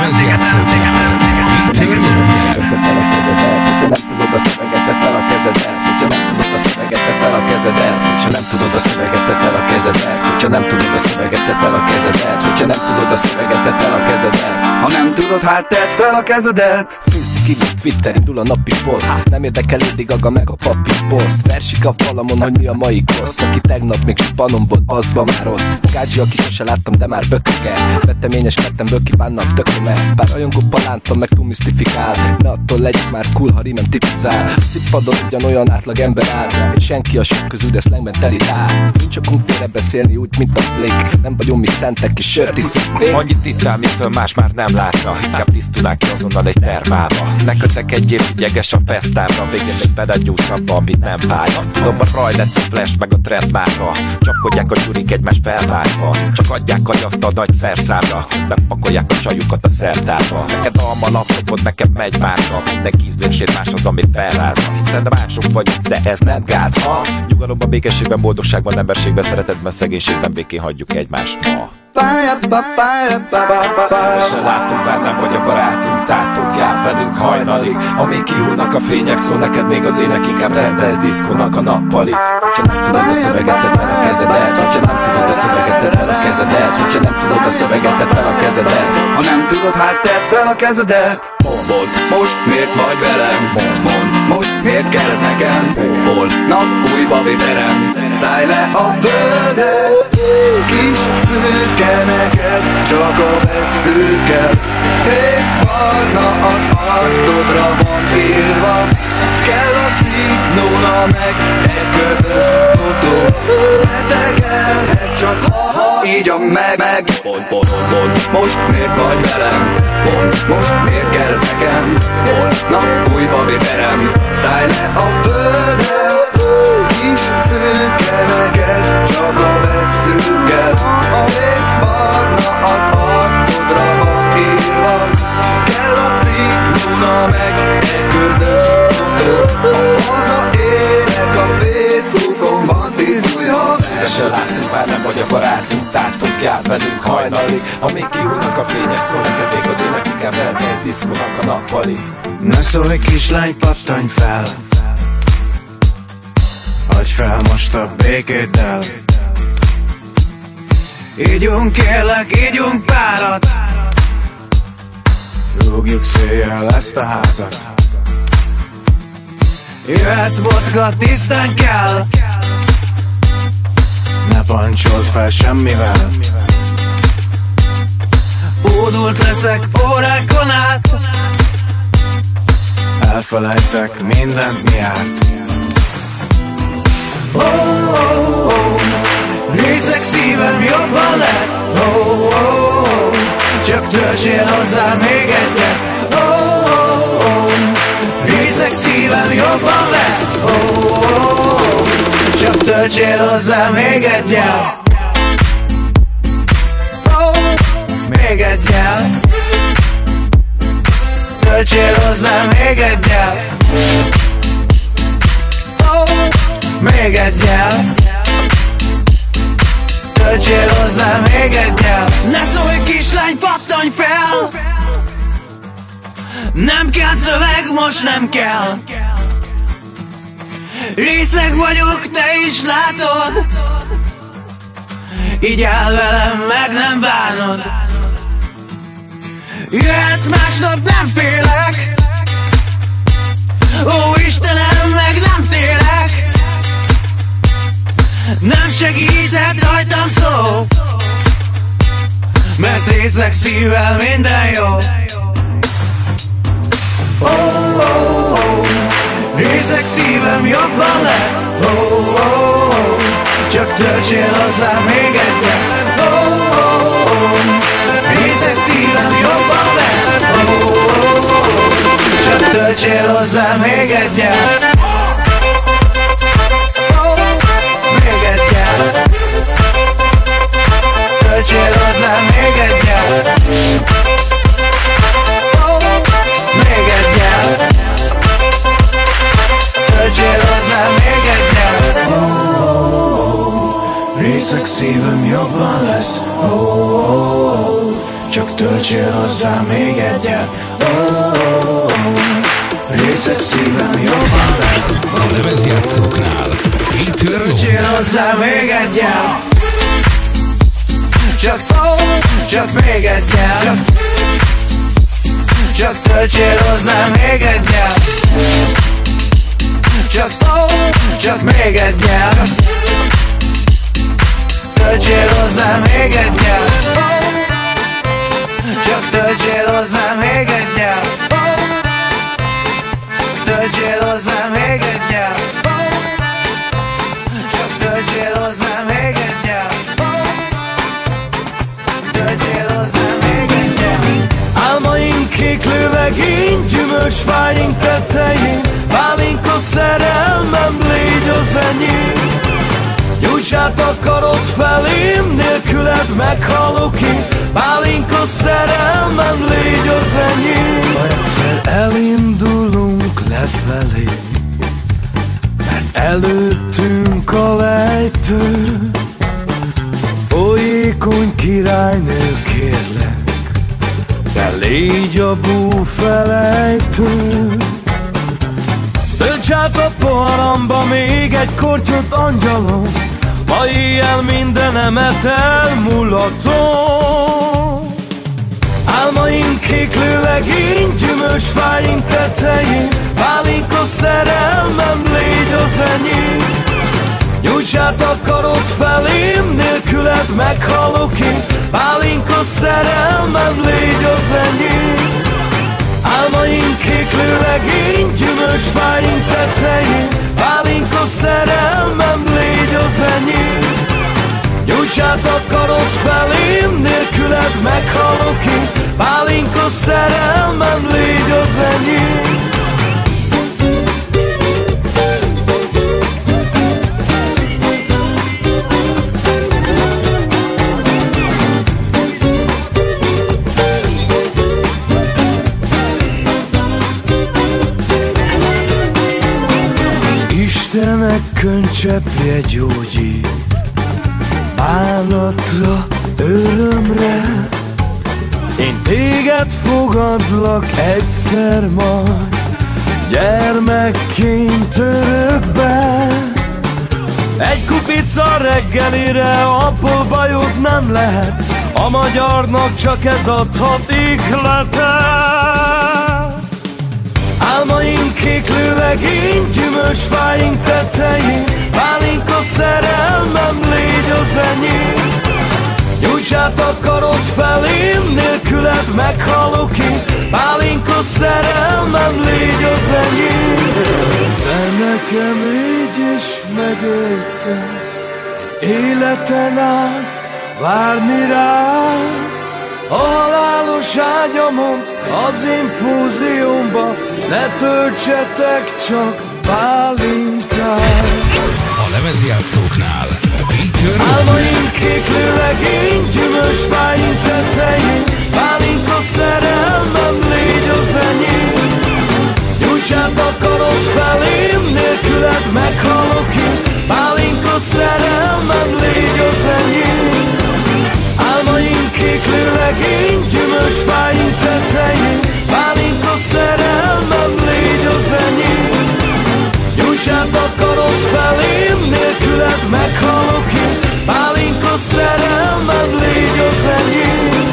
Hogyha nem tudod a szöveget, tedd fel a kezedet. Hogyha nem tudod a szöveget, tedd fel a kezedet. Hogyha nem tudod a szöveget, tedd fel a kezedet. Ha nem tudod, hát tedd fel a kezedet. Facebook, Twitter, indul a napi poszt. Nem érdekel Lady Gaga meg a papi poszt. Versik a falamon, hogy mi a mai koszt. Aki tegnap még spanom volt, azba már rossz. Gágyi, aki sose láttam, de már bököke. Veteményeskedtem, bökibánnak tököme. Bár rajongó palántam, meg túl misztifikál. Ne attól legyek már cool, ha rímem tipizál. Szippadon ugyanolyan átlag ember áll. Egy senki a sok közül, de szlengben telitál. Nincs okunk félre beszélni úgy, mint a Blake. Nem vagyunk mi szentek és sört iszunk. Annyit itt rá, mitől más már nem látna. Inkább tisztulnál ki azonnal egy termába. Ne kötek egy év ügyeges a fesztávra. Végén még belegyújsz abba, amit nem pálya. Tudom, a raj lett a flash meg a trend mára. Csapkodják a zsurik egymást felváltva. Csak adják agyat a nagy szerszámra. Közben pakolják a csajukat a szertárba. Neked alma laptopod, nekem megy másra. Mindenki ízlését más az, ami felrázza. Hiszen mások vagyunk, de ez nem gát. Ha nyugalomban, békességben, boldogságban, emberségben, szeretetben, szegénységben békén hagyjuk egymást ma. Szívesen látunk, bár nem vagy a barátunk. Tátunk, jár velünk hajnalig. Amíg kiúlnak a fények, szól neked még az ének. Inkább rendez diszkónak a nappalit. Hogyha nem tudod a szöveget, tedd fel a kezedet. Hogyha nem tudod a szöveget, tedd fel a kezedet. Hogyha nem tudod a szöveget, tedd fel a kezedet. Ha nem tudod, hát tedd fel a kezedet. Mond, most miért vagy velem? Mond, most miért kell ez nekem? Holnap újba viterem. Szállj le a földre, kis szűke neked, csak a vesszőkkel. Hét barna az arcodra van írva, kell a szignóna meg egy közös fotó. Betegelhet, csak hallja meg. Most miért vagy velem? Most miért kell nekem? Holnap újba viterem. Szállj le a földre, kis szűke neked, csak a vesszőkkel. A rég barna az arcodra van írva, kell a szignóna meg egy közös fotó. Hazaérek a Facebookon, van 10 új hav. Szívesen látunk, bár nem vagy a barátunk. Tátunk, jár velünk hajnalig. Amíg kiúlnak a fények, szól neked még az ének. Inkább elkezd diszkónak a nappalit. Ne szólj kislány, pattanj fel, adj fel most a békét el. Ígyunk kérlek, ígyunk párat, rúgjuk széjjel ezt a házat. Jöhet vodka, tisztán kell, ne pancsolt fel semmivel. Ódult leszek órákon át, elfelejtek mindent, mi járt. Oh, oh, oh. Részeg szívem jobban lesz. Oh, oh, oh. Csak töltsél hozzá még egyet. Oh, oh, oh. Részeg szívem jobban lesz. Oh, oh, oh. Csak töltsél hozzá még egyet. Oh, még egyet. Töltsél hozzá még egyet. Oh, még egyet. Töltsél hozzá még egyet. Ne szólj kislány, pattanj fel. Nem kell szöveg, most nem kell. Részeg vagyok, te is látod. Így áll velem, meg nem bánod. Jöhet másnap, nem félek. Ó Istenem, meg nem térek. Nem segíthet rajtam szó, mert részeg szívvel minden jó. Oh, oh, oh. Részeg szívem jobban lesz. Oh, oh, oh. Csak töltsél hozzá még egyet. Oh, oh, oh. Részeg szívem jobban lesz. Oh, oh, oh. Csak töltsél hozzá még egyet. Töltsél hozzá még egyet. Oh, még egyet. Töltsél hozzá még egyet. Oh, oh, oh. Részeg szívem jobban lesz. Oh, oh, oh. Csak töltsél hozzá még egyet. Oh, oh, oh. Részeg szívem jobban lesz. A lemezjátszóknál Peter Logner. Töltsél hozzá még egyet. Csak, oh, csak még egyet. Csak töltsél hozzá még egyet. Csak, oh, csak még egyet. Töltsél hozzá még egyet. Oh, csak töltsél hozzá még egyet. Oh, töltsél hozzá még egyet. Oh, csak töltsél hozzá még egyet. Álmaink kéklőlegény, gyümölcsfáink tetején, pálinkos szerelmem, légy az enyém. Nyújts át a karod felém, nélküled meghalok én, pálinkos szerelmem, légy az enyém. Ha egyszer elindulunk lefelé, mert előttünk a lejtő, folyékony királynő, kérlek, de légy a búfelejtő. Tölts át a poharamba még egy kortyot, angyalom, ma éjjel mindenemet elmulatom. Álmaink kéklőlegény, gyümölcsfáink tetején, pálinkos szerelmem, légy az enyém. Nyújts át a karod felém, nélküled meghalok én, pálinkos szerelmem, légy az enyém. Álmaink kéklőlegény, gyümölcsfáink tetején, pálinkos szerelmem, légy az enyém. Nyújts át a karod felém, nélküled meghalok én, pálinkos szerelmem, légy az enyém. Istenek könycseppje gyógyít, bánatra, örömre. Én téged fogadlak egyszer majd, gyermekként örökbe. Egy kupica reggelire, abból bajod nem lehet, a magyarnak csak ez adhat ihletet. Álmaink kéklőlegény, gyümölcsfáink tetején, pálinkos szerelmem, légy az ennyi. Nyújts át a karod felém, nélküled meghalok én. Pálinka szerelmem, légy az enyém. De nekem így is megöltem, életen át várni rád. A halálos ágyamon, az infúziómba, ne töltsetek csak pálinkát. A lemezjátszóknál Peter Lorre. Álmaink kéklő legény, gyümölcs fáink tetején, pálinka szerelmem, légy az enyém. Nyújts át a karod felém, nélküled meghalok én. Pálinka szerelmem, légy az enyém. Álmaink kéklő legény, gyümölcs fáink tetején, pálinka szerelmem, légy az enyém. Nyújts át a karod felém, nélküled meghalok én. Pálinka szerelmem, légy az enyém.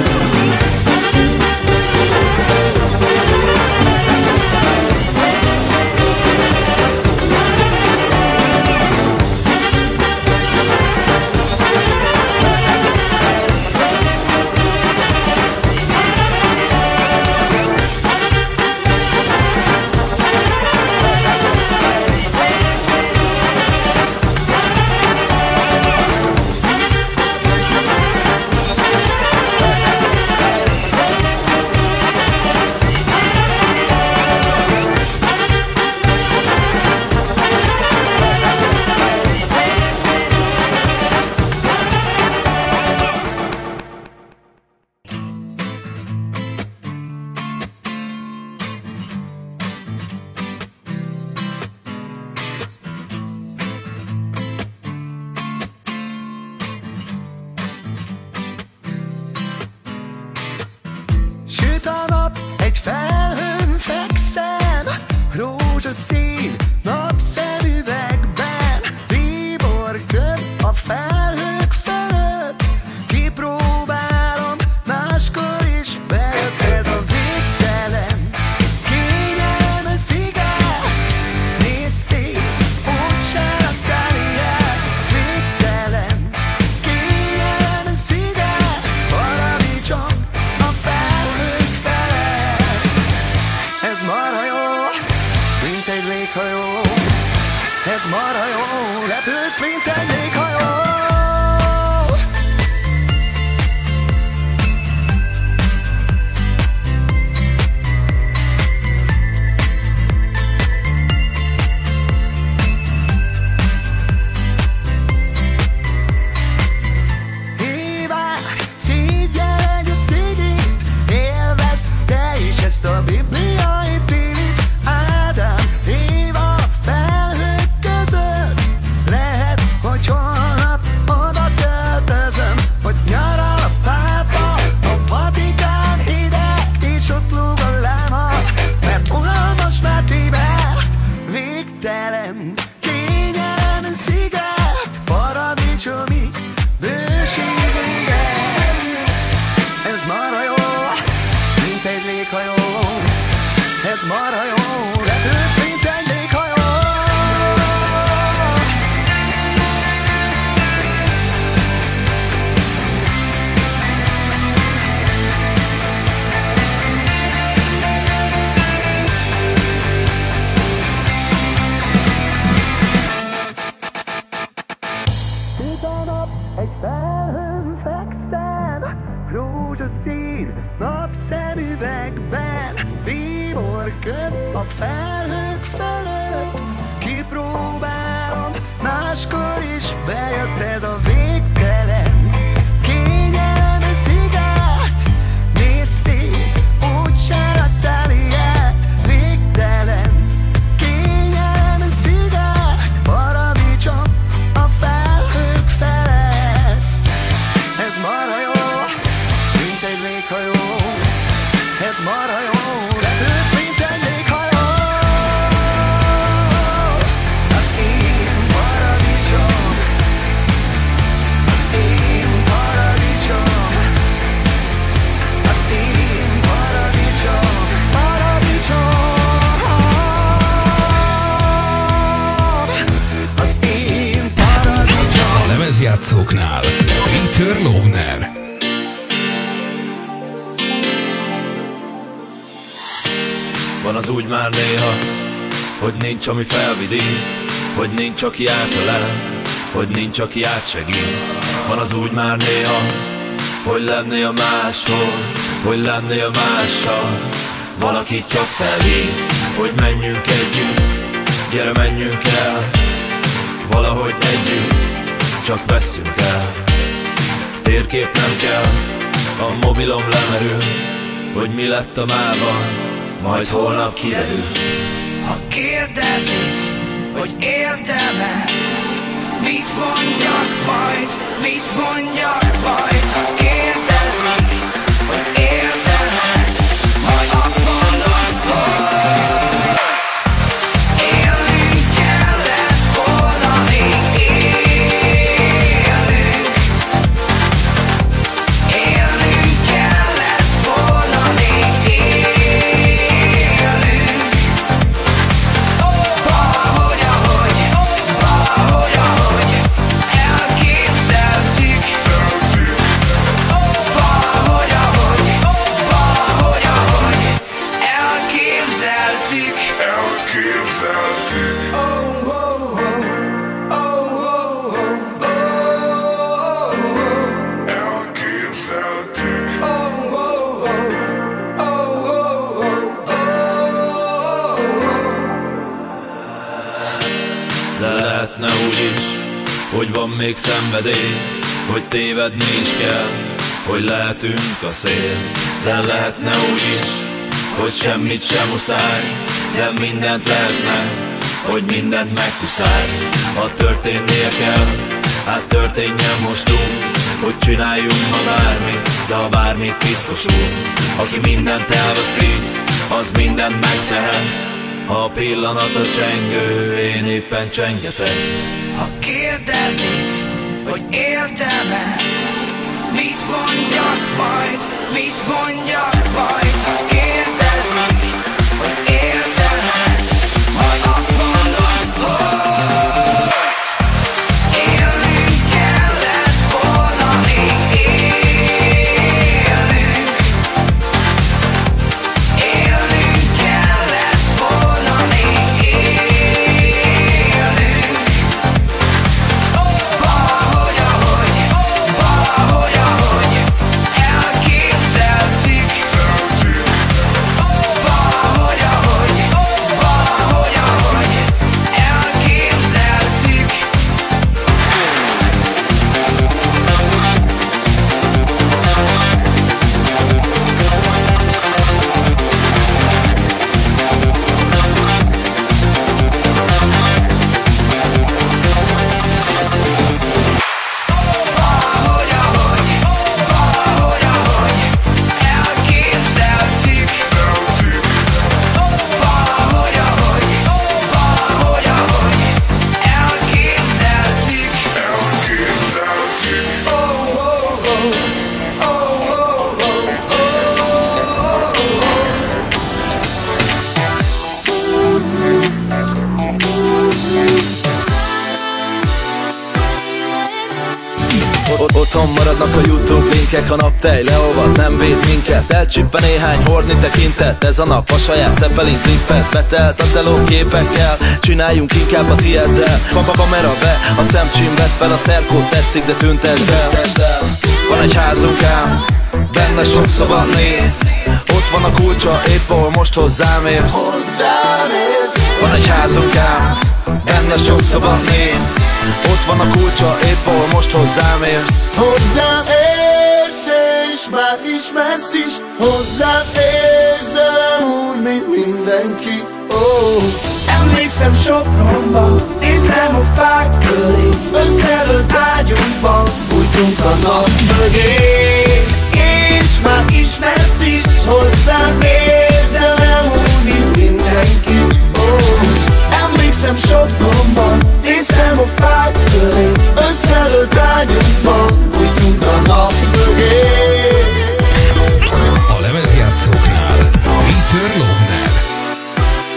Süt a nap, egy felhőn fekszem, rózsaszín napszemüvegben, bíbor köd a felhők fölött, kipróbálom, máskor is bejött ez a végtelen, kényelmes sziget, nézz szét, úgyse raktál ilyet, végtelen, kényelmes sziget, paradicsom, ez marha jó, mint egy léghajó. Ez marha jó, repülsz, mint egy léghajó. Hívják, szívjál egy cigit, élvezd te is ezt a bibliai pilit. Ádám hív a felhők között, lehet, hogy holnap oda költözöm, hogy nyaral a pápa, a Vatikán hideg, és ott lúg a láma, mert unalmas már Tibet, végtelen, kényelmes sziget, paradicsomi bőség véget. Ez marha jó, mint egy léghajó. Ez marha jó, repülsz, mint egy léghajó. Süt a nap, egy felhőn fekszem, rózsaszín napszemüvegben, bíbor köd a felhők fölött, kipróbálom, máskor is bejött ez a végtelen, kényelmes sziget, nézz szét, úgyse raktál ilyet, végtelen, kényelmes sziget, paradicsom a felhők felett. Ez marha jó, mint egy léghajó. Ez marha jó, repülsz, mint egy léghajó. Az én paradicsom. lemezjátszóknál Peter Lovner. Van az úgy már néha, hogy nincs, ami felvidít, hogy nincs, aki átölel, hogy nincs, aki átsegít. Van az úgy már néha, hogy lennél máshol, hogy lennél mással. Valaki csak felhív, hogy menjünk együtt, gyere menjünk el, valahogy együtt, csak vesszünk el. Térkép nem kell, a mobilom lemerül, hogy mi lett a mában, majd holnap kiderül. Ha kérdezik, hogy éltem-e, mit mondjak majd, mit mondjak majd. Ha kérdezik, hogy éltem-e, majd azt mondom, hogy élnünk kellett volna, még élnünk. Élnünk kellett volna, még élnünk. Valahogy, ahogy elképzeltük. Valahogy, ahogy elképzeltük. De lehetne úgy is, hogy van még szenvedély, hogy tévedni is kell, hogy lehetünk a szél. De lehetne úgy is, hogy semmit sem muszáj, de mindent lehetne, hogy mindent megkuszálj. Ha történnie kell, hát történjen most úgy, hogy csináljunk ma bármit, de ha bármit piszkosul. Aki mindent elveszít, az mindent megtehet. Ha a pillanat a csengő, én éppen csengetek. Ha kérdezik, hogy éltem-e, mit mondjak majd, mit mondjak majd. Ha kérdezik, hogy éltem-e, majd azt mondom, hogy élnünk kellett volna, még élnünk. Élnünk kellett volna, még élnünk. Valahogy, ahogy elképzeltük. Valahogy, ahogy elképzeltük. Otthon maradnak a YouTube linkek, a naptej leolvad, nem véd minket. Elcsípve néhány horni tekintet, ez a nap a saját Zeppelin klippet. Betelt a teló képekkel, csináljunk inkább a tieddel. Kamera be, a szemcsim vett fel, a szerkót tetszik, de tüntesd el. Van egy házunk ám, benne sok szoba néz. Ott van a kulcsa, épp ahol most hozzám érsz. Van egy házunk ám, benne sok szoba néz. Ott van a kulcsa, épp ahol most hozzám érsz. Hozzám érsz, és már ismersz is. Hozzám érsz, de nem úgy, mint mindenki. Oh. Emlékszem Sopronban, nézem a fák köré. Összedőlt ágyunkban, bújtunk a nap mögé. És már ismersz is. Hozzám érsz, de nem úgy, mint mindenki. Oh. Emlékszem Sopronban, nézem a fák köré. Összedőlt ágyunkban, bújtunk a nap mögé. A lemezjátszóknál Peter Lovner.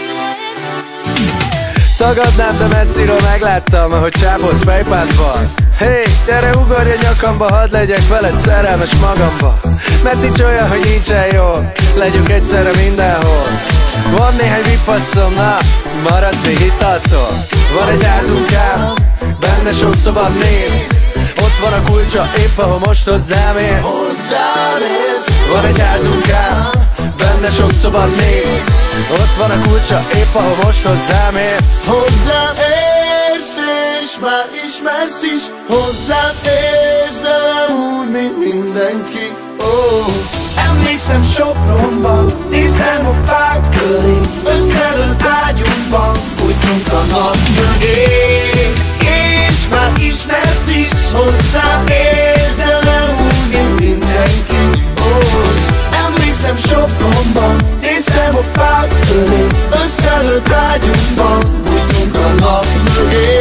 Tagadnám, de messziről megláttam, ahogy csápolsz fejpádban. Hey, gyere ugorj a nyakamba, hadd legyek veled szerelmes magamba. Mert nincs olyan, hogy nincsen jól, legyünk egyszerre mindenhol. Van néhány vipasszom, na, maradsz még itt alszol. Van egy házunkám, benne sok szabad néz. Ott van a kulcsa, épp ahol most hozzám érsz. Van egy házunkám, benne sok szabad néz. Ott van a kulcsa, épp ahol most hozzám érsz. Hozzám érsz és már ismersz is. Hozzám érsz, de nem úgy, mint mindenki. Oh. Emlékszem Sopronban, nézem a fák köré. Összedőlt ágyunkban, bújtunk a nap mögé. És már ismersz is. Hozzám érsz, de nem úgy, mint mindenki. Oh. Emlékszem Sopronban, nézem a fák köré. Összedőlt ágyunkban, bújtunk a nap mögé.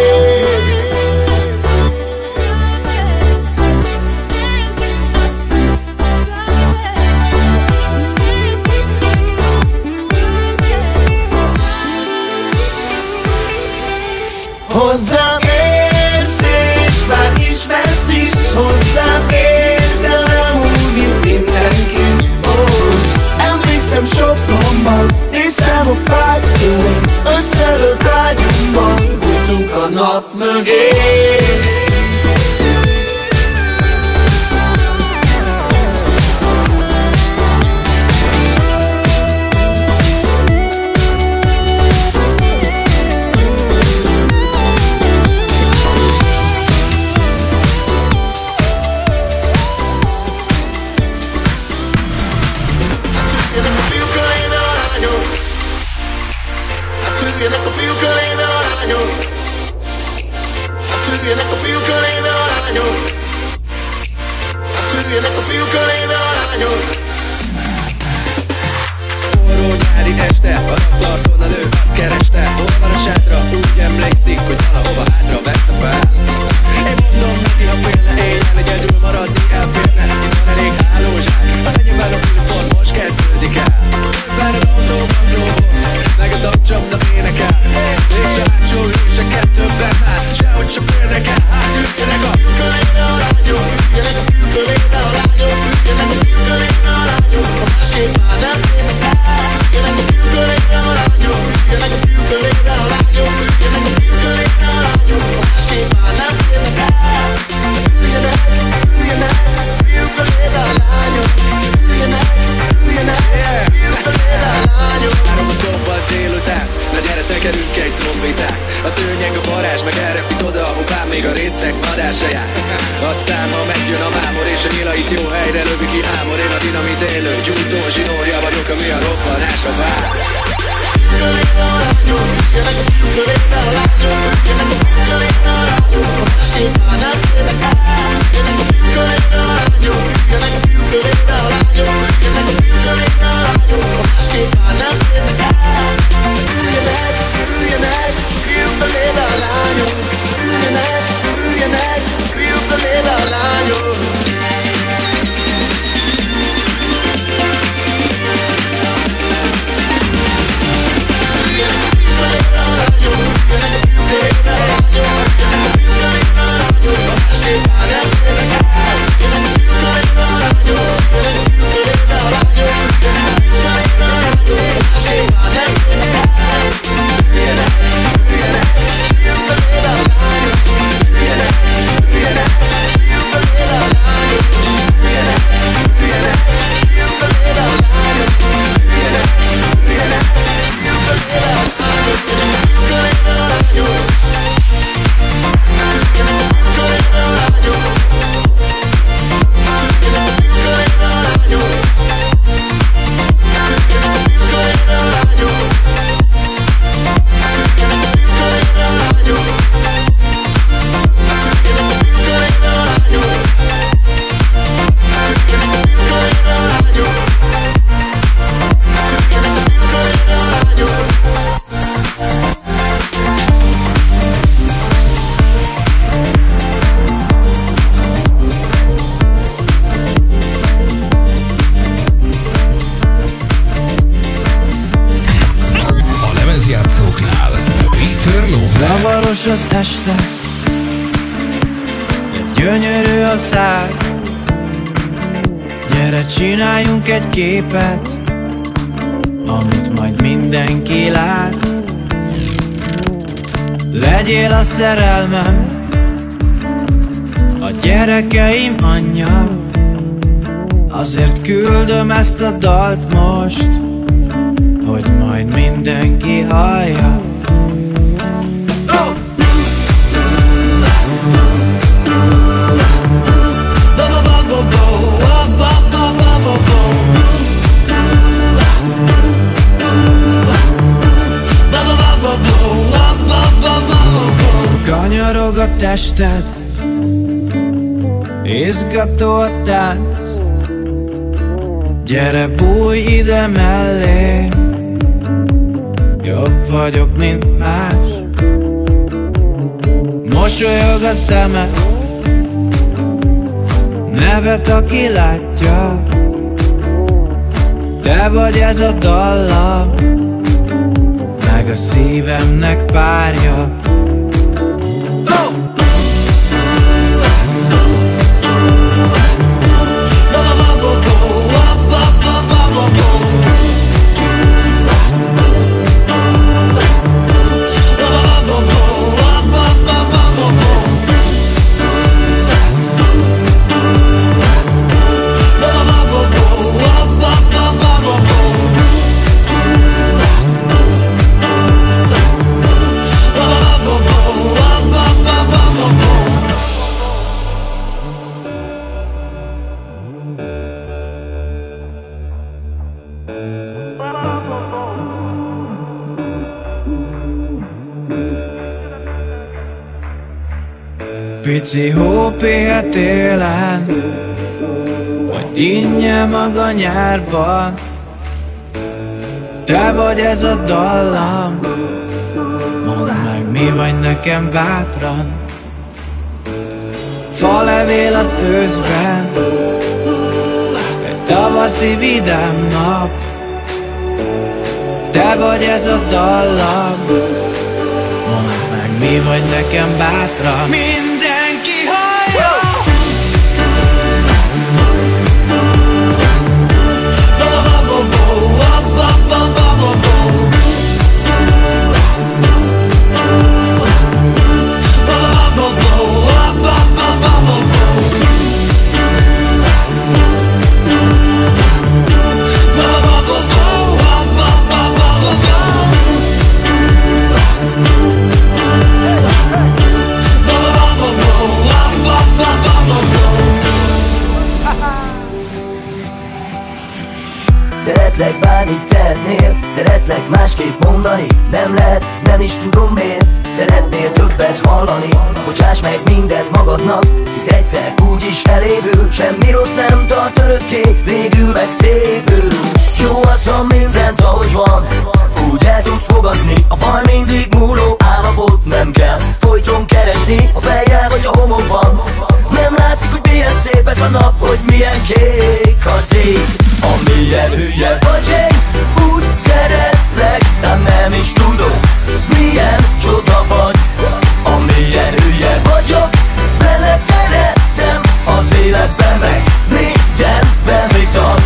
Hozzám érsz és már ismersz is. Hozzám érsz, de nem úgy, mint mindenki. Oh. Emlékszem Sopronban, néztem a fák köré. Összedőlt ágyunkban, bújtunk a nap mögé. Tűnjenek a fiúkkal én a lányok. Tűnjenek a fiúkkal én a lányok. Tűnjenek a fiúkkal én a lányok. Forró nyári este, a rakparton a nő azt kereste. Hol van a sátra, úgy emlékszik, hogy valahova hátra vette fel. Én mondom neki, ha félne éjjel, hogy egyedül maradni elférne. Itt van elég hálózsák, az enyémben a külpont most kezdődik el. Közben az autóban glóbol, meg a dagcsapda énekel. És a hátsó üléseket többen már, sehogy sem férnek el. Hát üljenek a fiúkkal én a lányok. Üljenek a fiúkkal én a lányok. Üljenek a fiúkkal én a lányok. Ha másképp már nem férnek el. Üljenek a fiúkkal én a lányok. Üljenek a fiúkkal én a lányok. Üljenek a fiúkkal én a lányok. Ha másképp már nem férnek el. Üljenek, üljenek, fiúkkal én a lányok. Üljenek, üljenek, fiúkkal én a lányok. Várom a szombat délután, na gyere tekerünk egy trombitát. A szőnyeg a varázs, meg elrepít oda, ahová még a részek vadása jár. Aztán ha megjön a mámor és a nyilait jó helyre lövi ki ámor. Én a dinamit élő gyújtó zsinórja vagyok, ami a robbanásra vár. Fiúkkal én a lányok, üljenek a fiúkkal én a lányok. Üljenek a fiúkkal én a lányok, ha másképp már nem férnek el. Üljenek a fiúkkal én a lányok. Üljenek a fiúkkal én a lányok. Üljenek a fiúkkal én a lányok, ha másképp már nem férnek el. Üljenek, üljenek, fiúkkal én a lányok. Üljenek, üljenek, fiúkkal én a lányok. Zavaros az este, gyönyörű a szád. Gyere, csináljunk egy képet, amit majd mindenki lát. Legyél a szerelmem, a gyerekeim anyja. Azért küldöm ezt a dalt most, hogy majd mindenki hallja. Kanyarog a tested, izgató a tánc. Gyere, bújj ide mellé, jobb vagyok, mint más. Mosolyog a szemed, nevet, aki látja. Te vagy ez a dallam, meg a szívemnek párja. Pici hó pihet télen, vagy dinnye maga nyárban. Te vagy ez a dallam, mondd meg, mi vagy nekem bátran. Falevél az őszben, egy tavaszi vidám nap. Te vagy ez a dallam, mondd meg, mi vagy nekem bátran. Mindenki hallja! Szeretlek bármit tehetnél, szeretlek másképp mondani. Nem lehet, nem is tudom miért. Szeretnél többet hallani. Bocsáss meg mindent magadnak, hisz egyszer úgyis elévül. Semmi rossz nem tart örökké, végül meg szépül. Jó az, ha mindent ahogy van, úgy el tudsz fogadni. A baj mindig múló állapot, nem kell folyton keresni a fejjel vagy a homokban. Nem látszik, hogy milyen szép ez a nap, hogy milyen kék az ég. Amilyen hülye vagy én, úgy szeretlek, de nem is tudod, milyen csoda vagy. Amilyen hülye vagyok, bele szerettem az életbe, meg mindenben mit ad.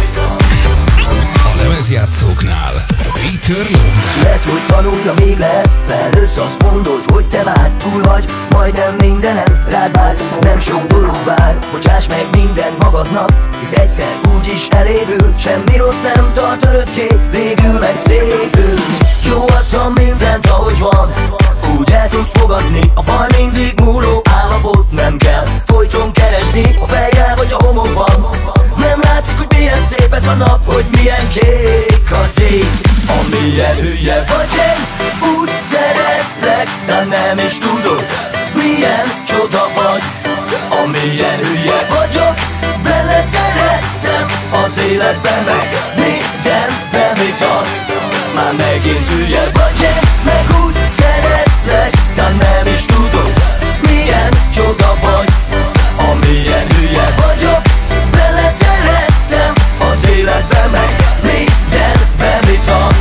A lemezjátszóknál Peter Lohner. Születsz, hogy tanulj, amíg lehet, felnősz, azt mondod, hogy te már túl vagy majdnem mindenen, rád bár nem sok dolog vár. Bocsáss meg mindent magadnak, hisz egyszer úgyis elévül. Semmi rossz nem tart örökké, végül meg szépül. Jó az, ha mindent ahogy van, úgy el tudsz fogadni. A baj mindig múló állapot, nem kell folyton keresni a fejjel vagy a homokban. Nem látszik, hogy milyen szép ez a nap, hogy milyen kék az ég. Amilyen hülye vagy én, úgy szeretlek, de nem is tudod, milyen csoda vagy. Amilyen hülye vagyok, bele szerettem az életben, meg mindenben mit ad. Már megint hülye vagy én, meg úgy szeretlek, de nem is tudod, milyen csoda vagy. Amilyen hülye vagyok, bele szerettem az életben, meg mindenben mit ad.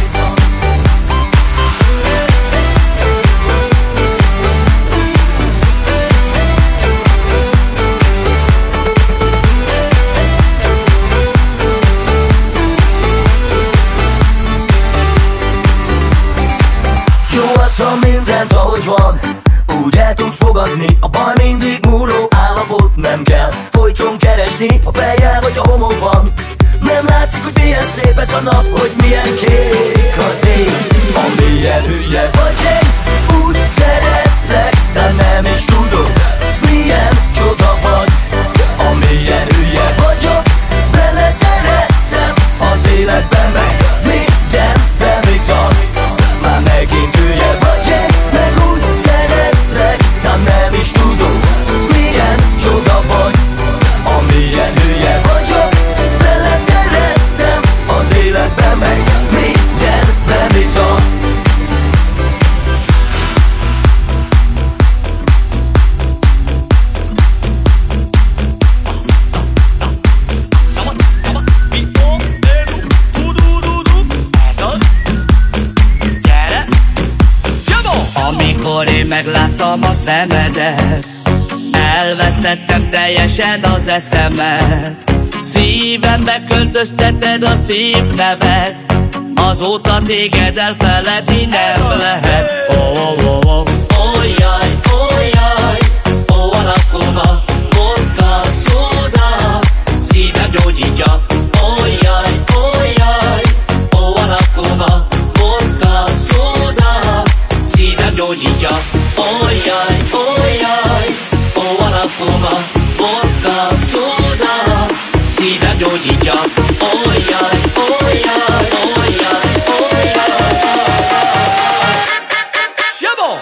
tudsz fogadni. A baj mindig múló állapot, nem kell folyton keresni a fejjel vagy a homokban. Nem látszik, hogy milyen szép ez a nap, hogy milyen kék az ég. Amilyen hülye vagy én, úgy szeretlek, de nem is tudod, milyen csoda vagy. Amilyen hülye vagyok, bele szerettem az életben, meg mindenben mit ad. Már megint hülye vagy én, meg úgy szeretlek, de nem is tudod, milyen csoda vagy. Amilyen hülye vagyok, bele szerettem az életben, meg mindenben mit ad. Amikor én megláttam a szemedet, elvesztettem teljesen az eszemet. Szívembe költözteted a szép nevet, azóta téged elfeledni nem lehet. Ójjaj, ójjaj, ó alakoma, vodka, szóda, szívem gyógyítja. Ójjaj, ójjaj, ó alakoma, vodka, szóda, szívem gyógyítja. Ójjaj, ójjaj, ó alakoma, vodka, szóda, szívem gyógyítja. Ójjaj, ójjaj, ójjaj, ójjaj. Shabon!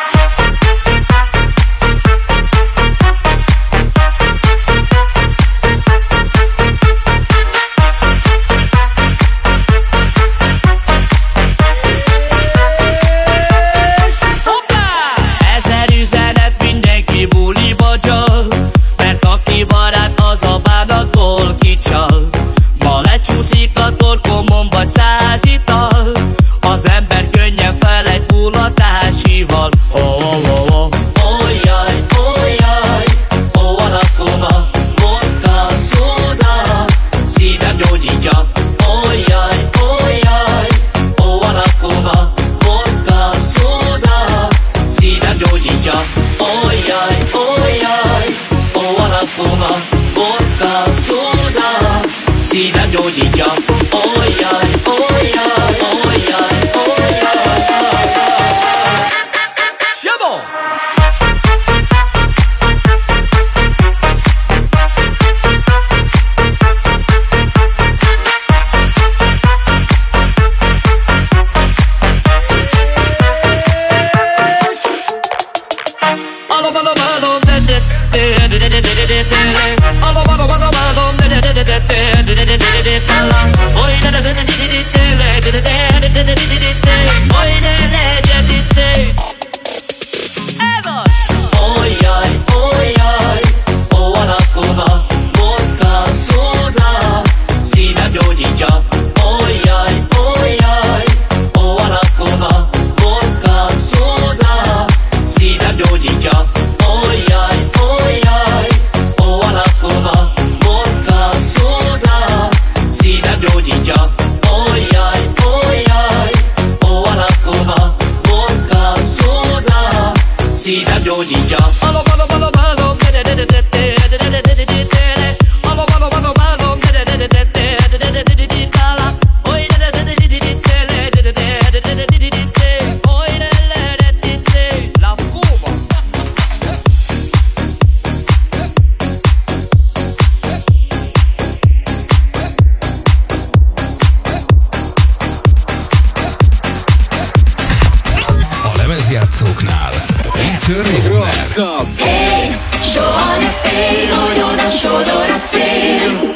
Játszóknál Peter Lóner. Hey, soha ne félj, hogy oda sodor a szél.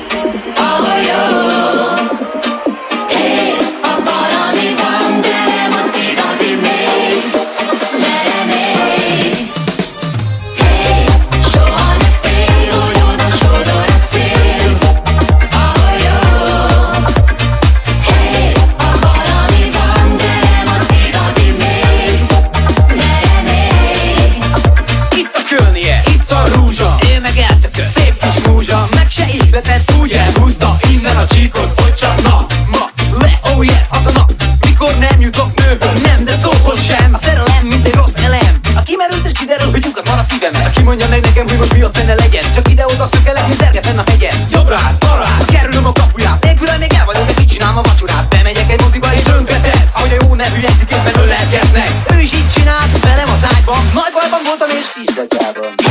Oh, jó. Hey, ha valami van, de nem az igazi még. Merre még? Hey, soha ne félj, hogy oda sodor a szél. Oh, jó. Hey, ha valami van, de nem az igazi még. Merre még? Itt a kölnie, itt a rúzsa, ő meg eltököl, szép kis múzsa, meg se ihletett, úgy elhúzta innen a csíkot.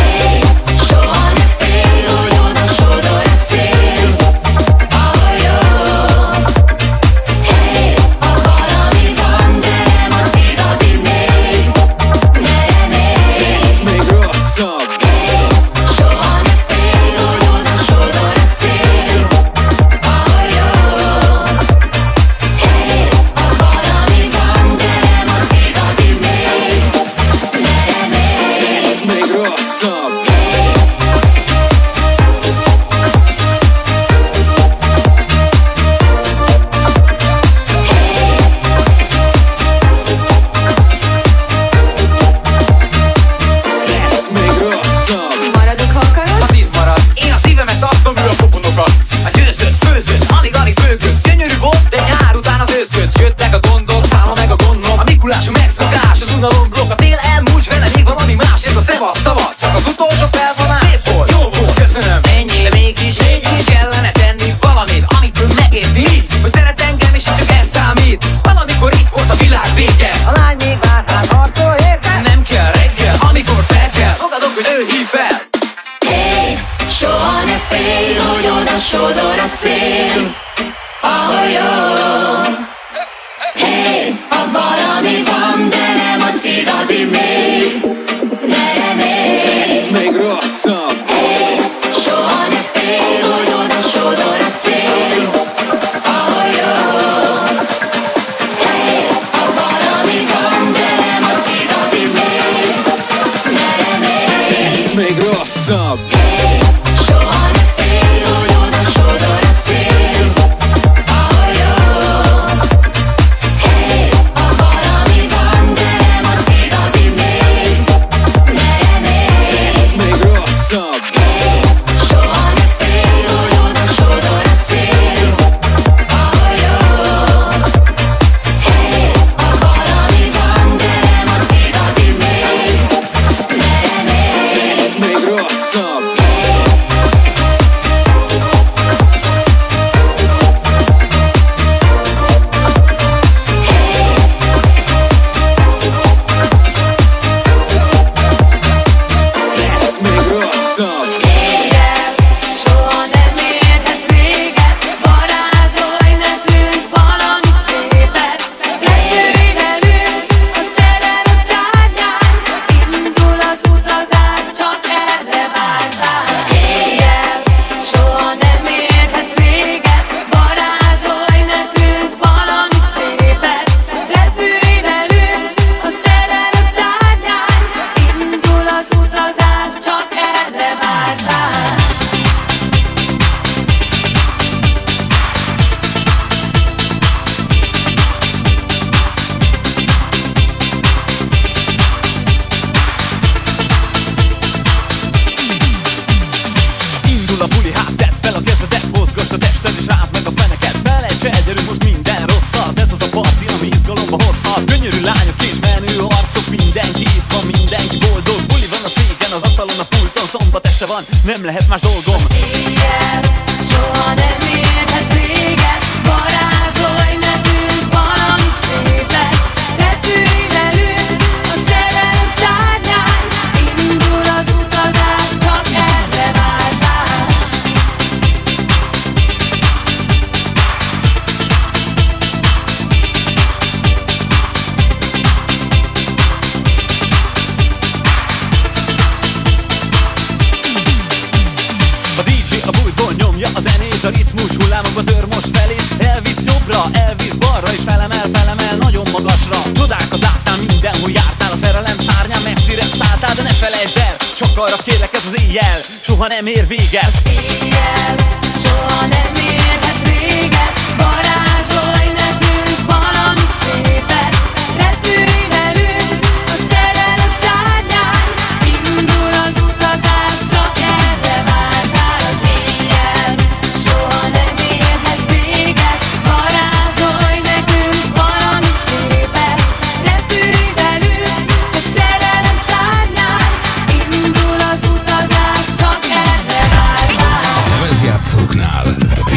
Hey, soha ne félj, hogy oda sodor a szél, ahol jó. Hey, ha valami van, de nem az igazi még, ne remélj. Még rosszabb. Hey, soha ne félj, hogy oda sodor a szél, ahol jó. Hey, ha valami van, de nem az igazi még, ne remélj. Még rosszabb. Még rosszabb. Maradok, ha akarod? Az itt marad. Én a szívemet tartom, ő a pofonokat. A győzött, főzött, alig-alig bőgött. Gyönyörű volt, de nyár után az őszköd. Jöttek a gondok, szállha meg a gondom. A Mikulás, a megszokás, az unalomblokk. A tél elmúlt, vele még valami más. Ez a szevasz, tavasz, csak az utolsó felvonás. Szép volt, jó volt, köszönöm. Ennyi, de mégis kellene tenni valamit, amiből megérti, hogy szeret engem, és csak ez számít. Valamikor itt volt a világ vége. A lány még vár, hát harcol érte. Nem kell reggel, amikor fel kell. Fogadok, hogy ő hív fel. Hey, soha ne félj, hogy oda sodor a szél, ahol jó. Hey, ha valami van, de nem az igazi még, ne remélj. Még rosszabb. Hey, soha ne félj, hogy oda sodor a szél, ahol jó. Hey, ha valami van, de nem az igazi még, ne remélj. Még rosszabb. Hey, soha ne félj, hogy oda sodor a szél, ahol jó. Hey, ha valami van, de nem az igazi még, ne remélj. Még rosszabb. Hey, soha ne félj, hogy oda sodor a szél, ahol jó. Hey, ha valami van, de nem az igazi még, ne remélj. Még rosszabb. Még rosszabb. Soha nem érhet véget, varázsolj nekünk valami szépet. Repülj velünk a szerelem szárnyán, indul az utazás, csak erre vártál. Éjjel, soha nem érhet véget, varázsolj nekünk valami szépet. Repülj velünk a szerelem szárnyán, indul az utazás, csak erre vártál. Indul a buli, hát tedd fel a kezedet, mozgasd a tested és rázd meg a feneket. Felejts el, gyerünk most minden rosszat, ez az a parti, ami izgalomba hozhat. Gyönyörű lányok és menő arcok, mindenki itt van, mindenki boldog. Buli van a széken, az asztalon, a pulton, szombat este van, nem lehet más dolgom. Éjjel, soha nem érhet véget, varázsolj nekünk valami szépet. Repülj velünk a szerelem szárnyán, indul az utazás, csak erre vártál. A DJ a bújtól nyomja a zenét, a ritmus hullámokba tör most felé. Elvisz jobbra, elvisz balra, és felemel nagyon magasra. Csodákat láttál mindenhol, jártál a szerelem szárnyán, messzire szálltál, de ne felejtsd el, csak arra kérlek, ez az éjjel soha nem ér véget. Éjjel, soha nem érhet véget, varázsolj nekünk valami szépet. Repülj velünk a szerelem szárnyán, indul az utazás, csak erre vártál. Az éjjel, soha nem érhet véget, varázsolj nekünk valami szépet. Repülj velünk a szerelem szárnyán, indul az utazás, csak erre vártál. Közjátszóknál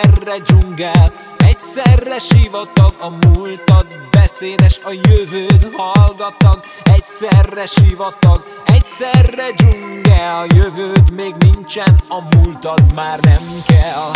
egyszerre dzsungel, egyszerre sivatag, a múltad beszédes, a jövőd hallgatag. Egyszerre sivatag, egyszerre dzsungel, a jövőd még nincsen, a múltad már nem kell.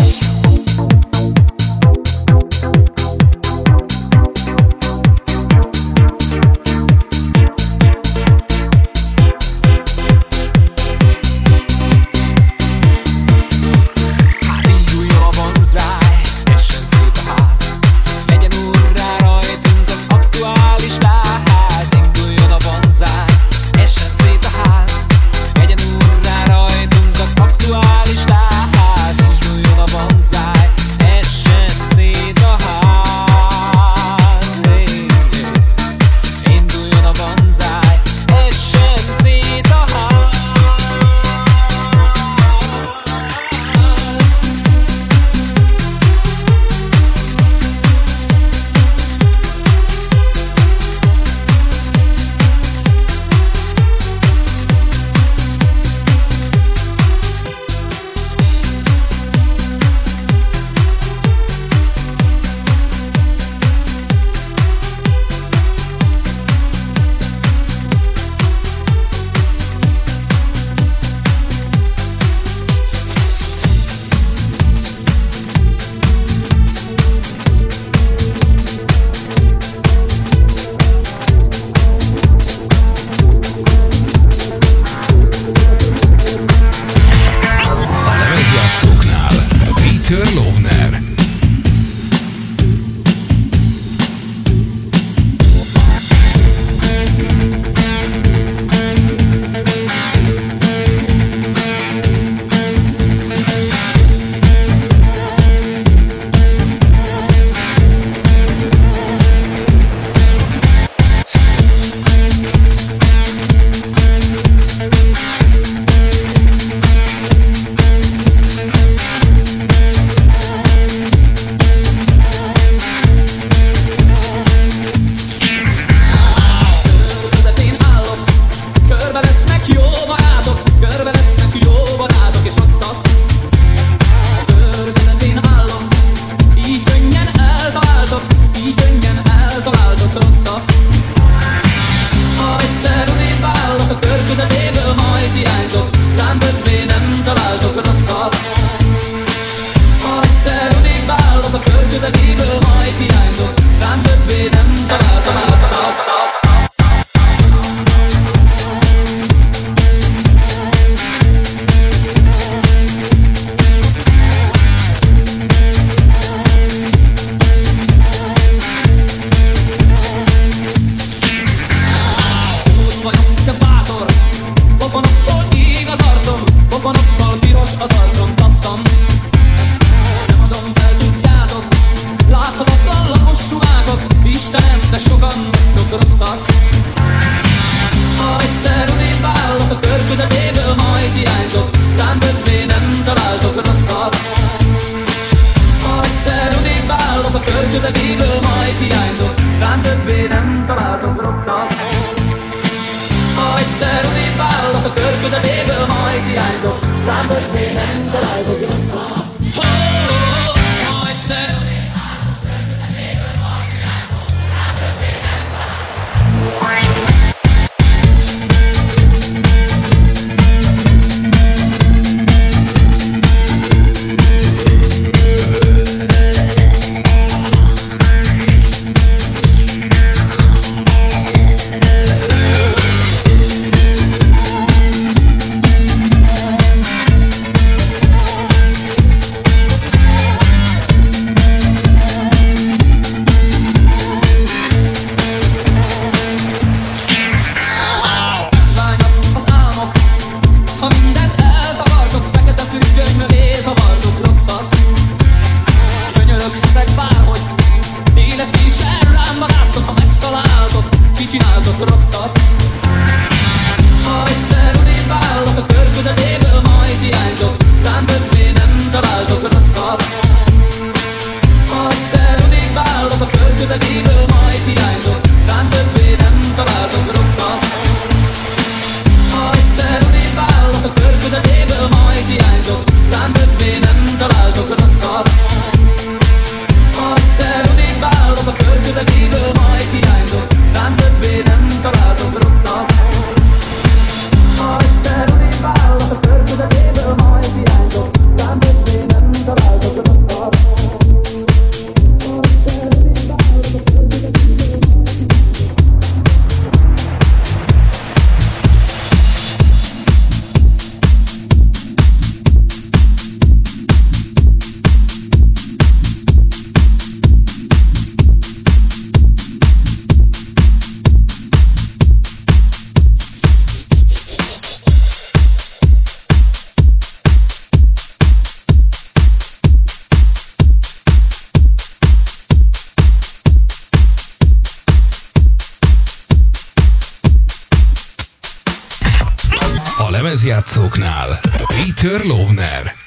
lemezjátszóknál Peter Lovner.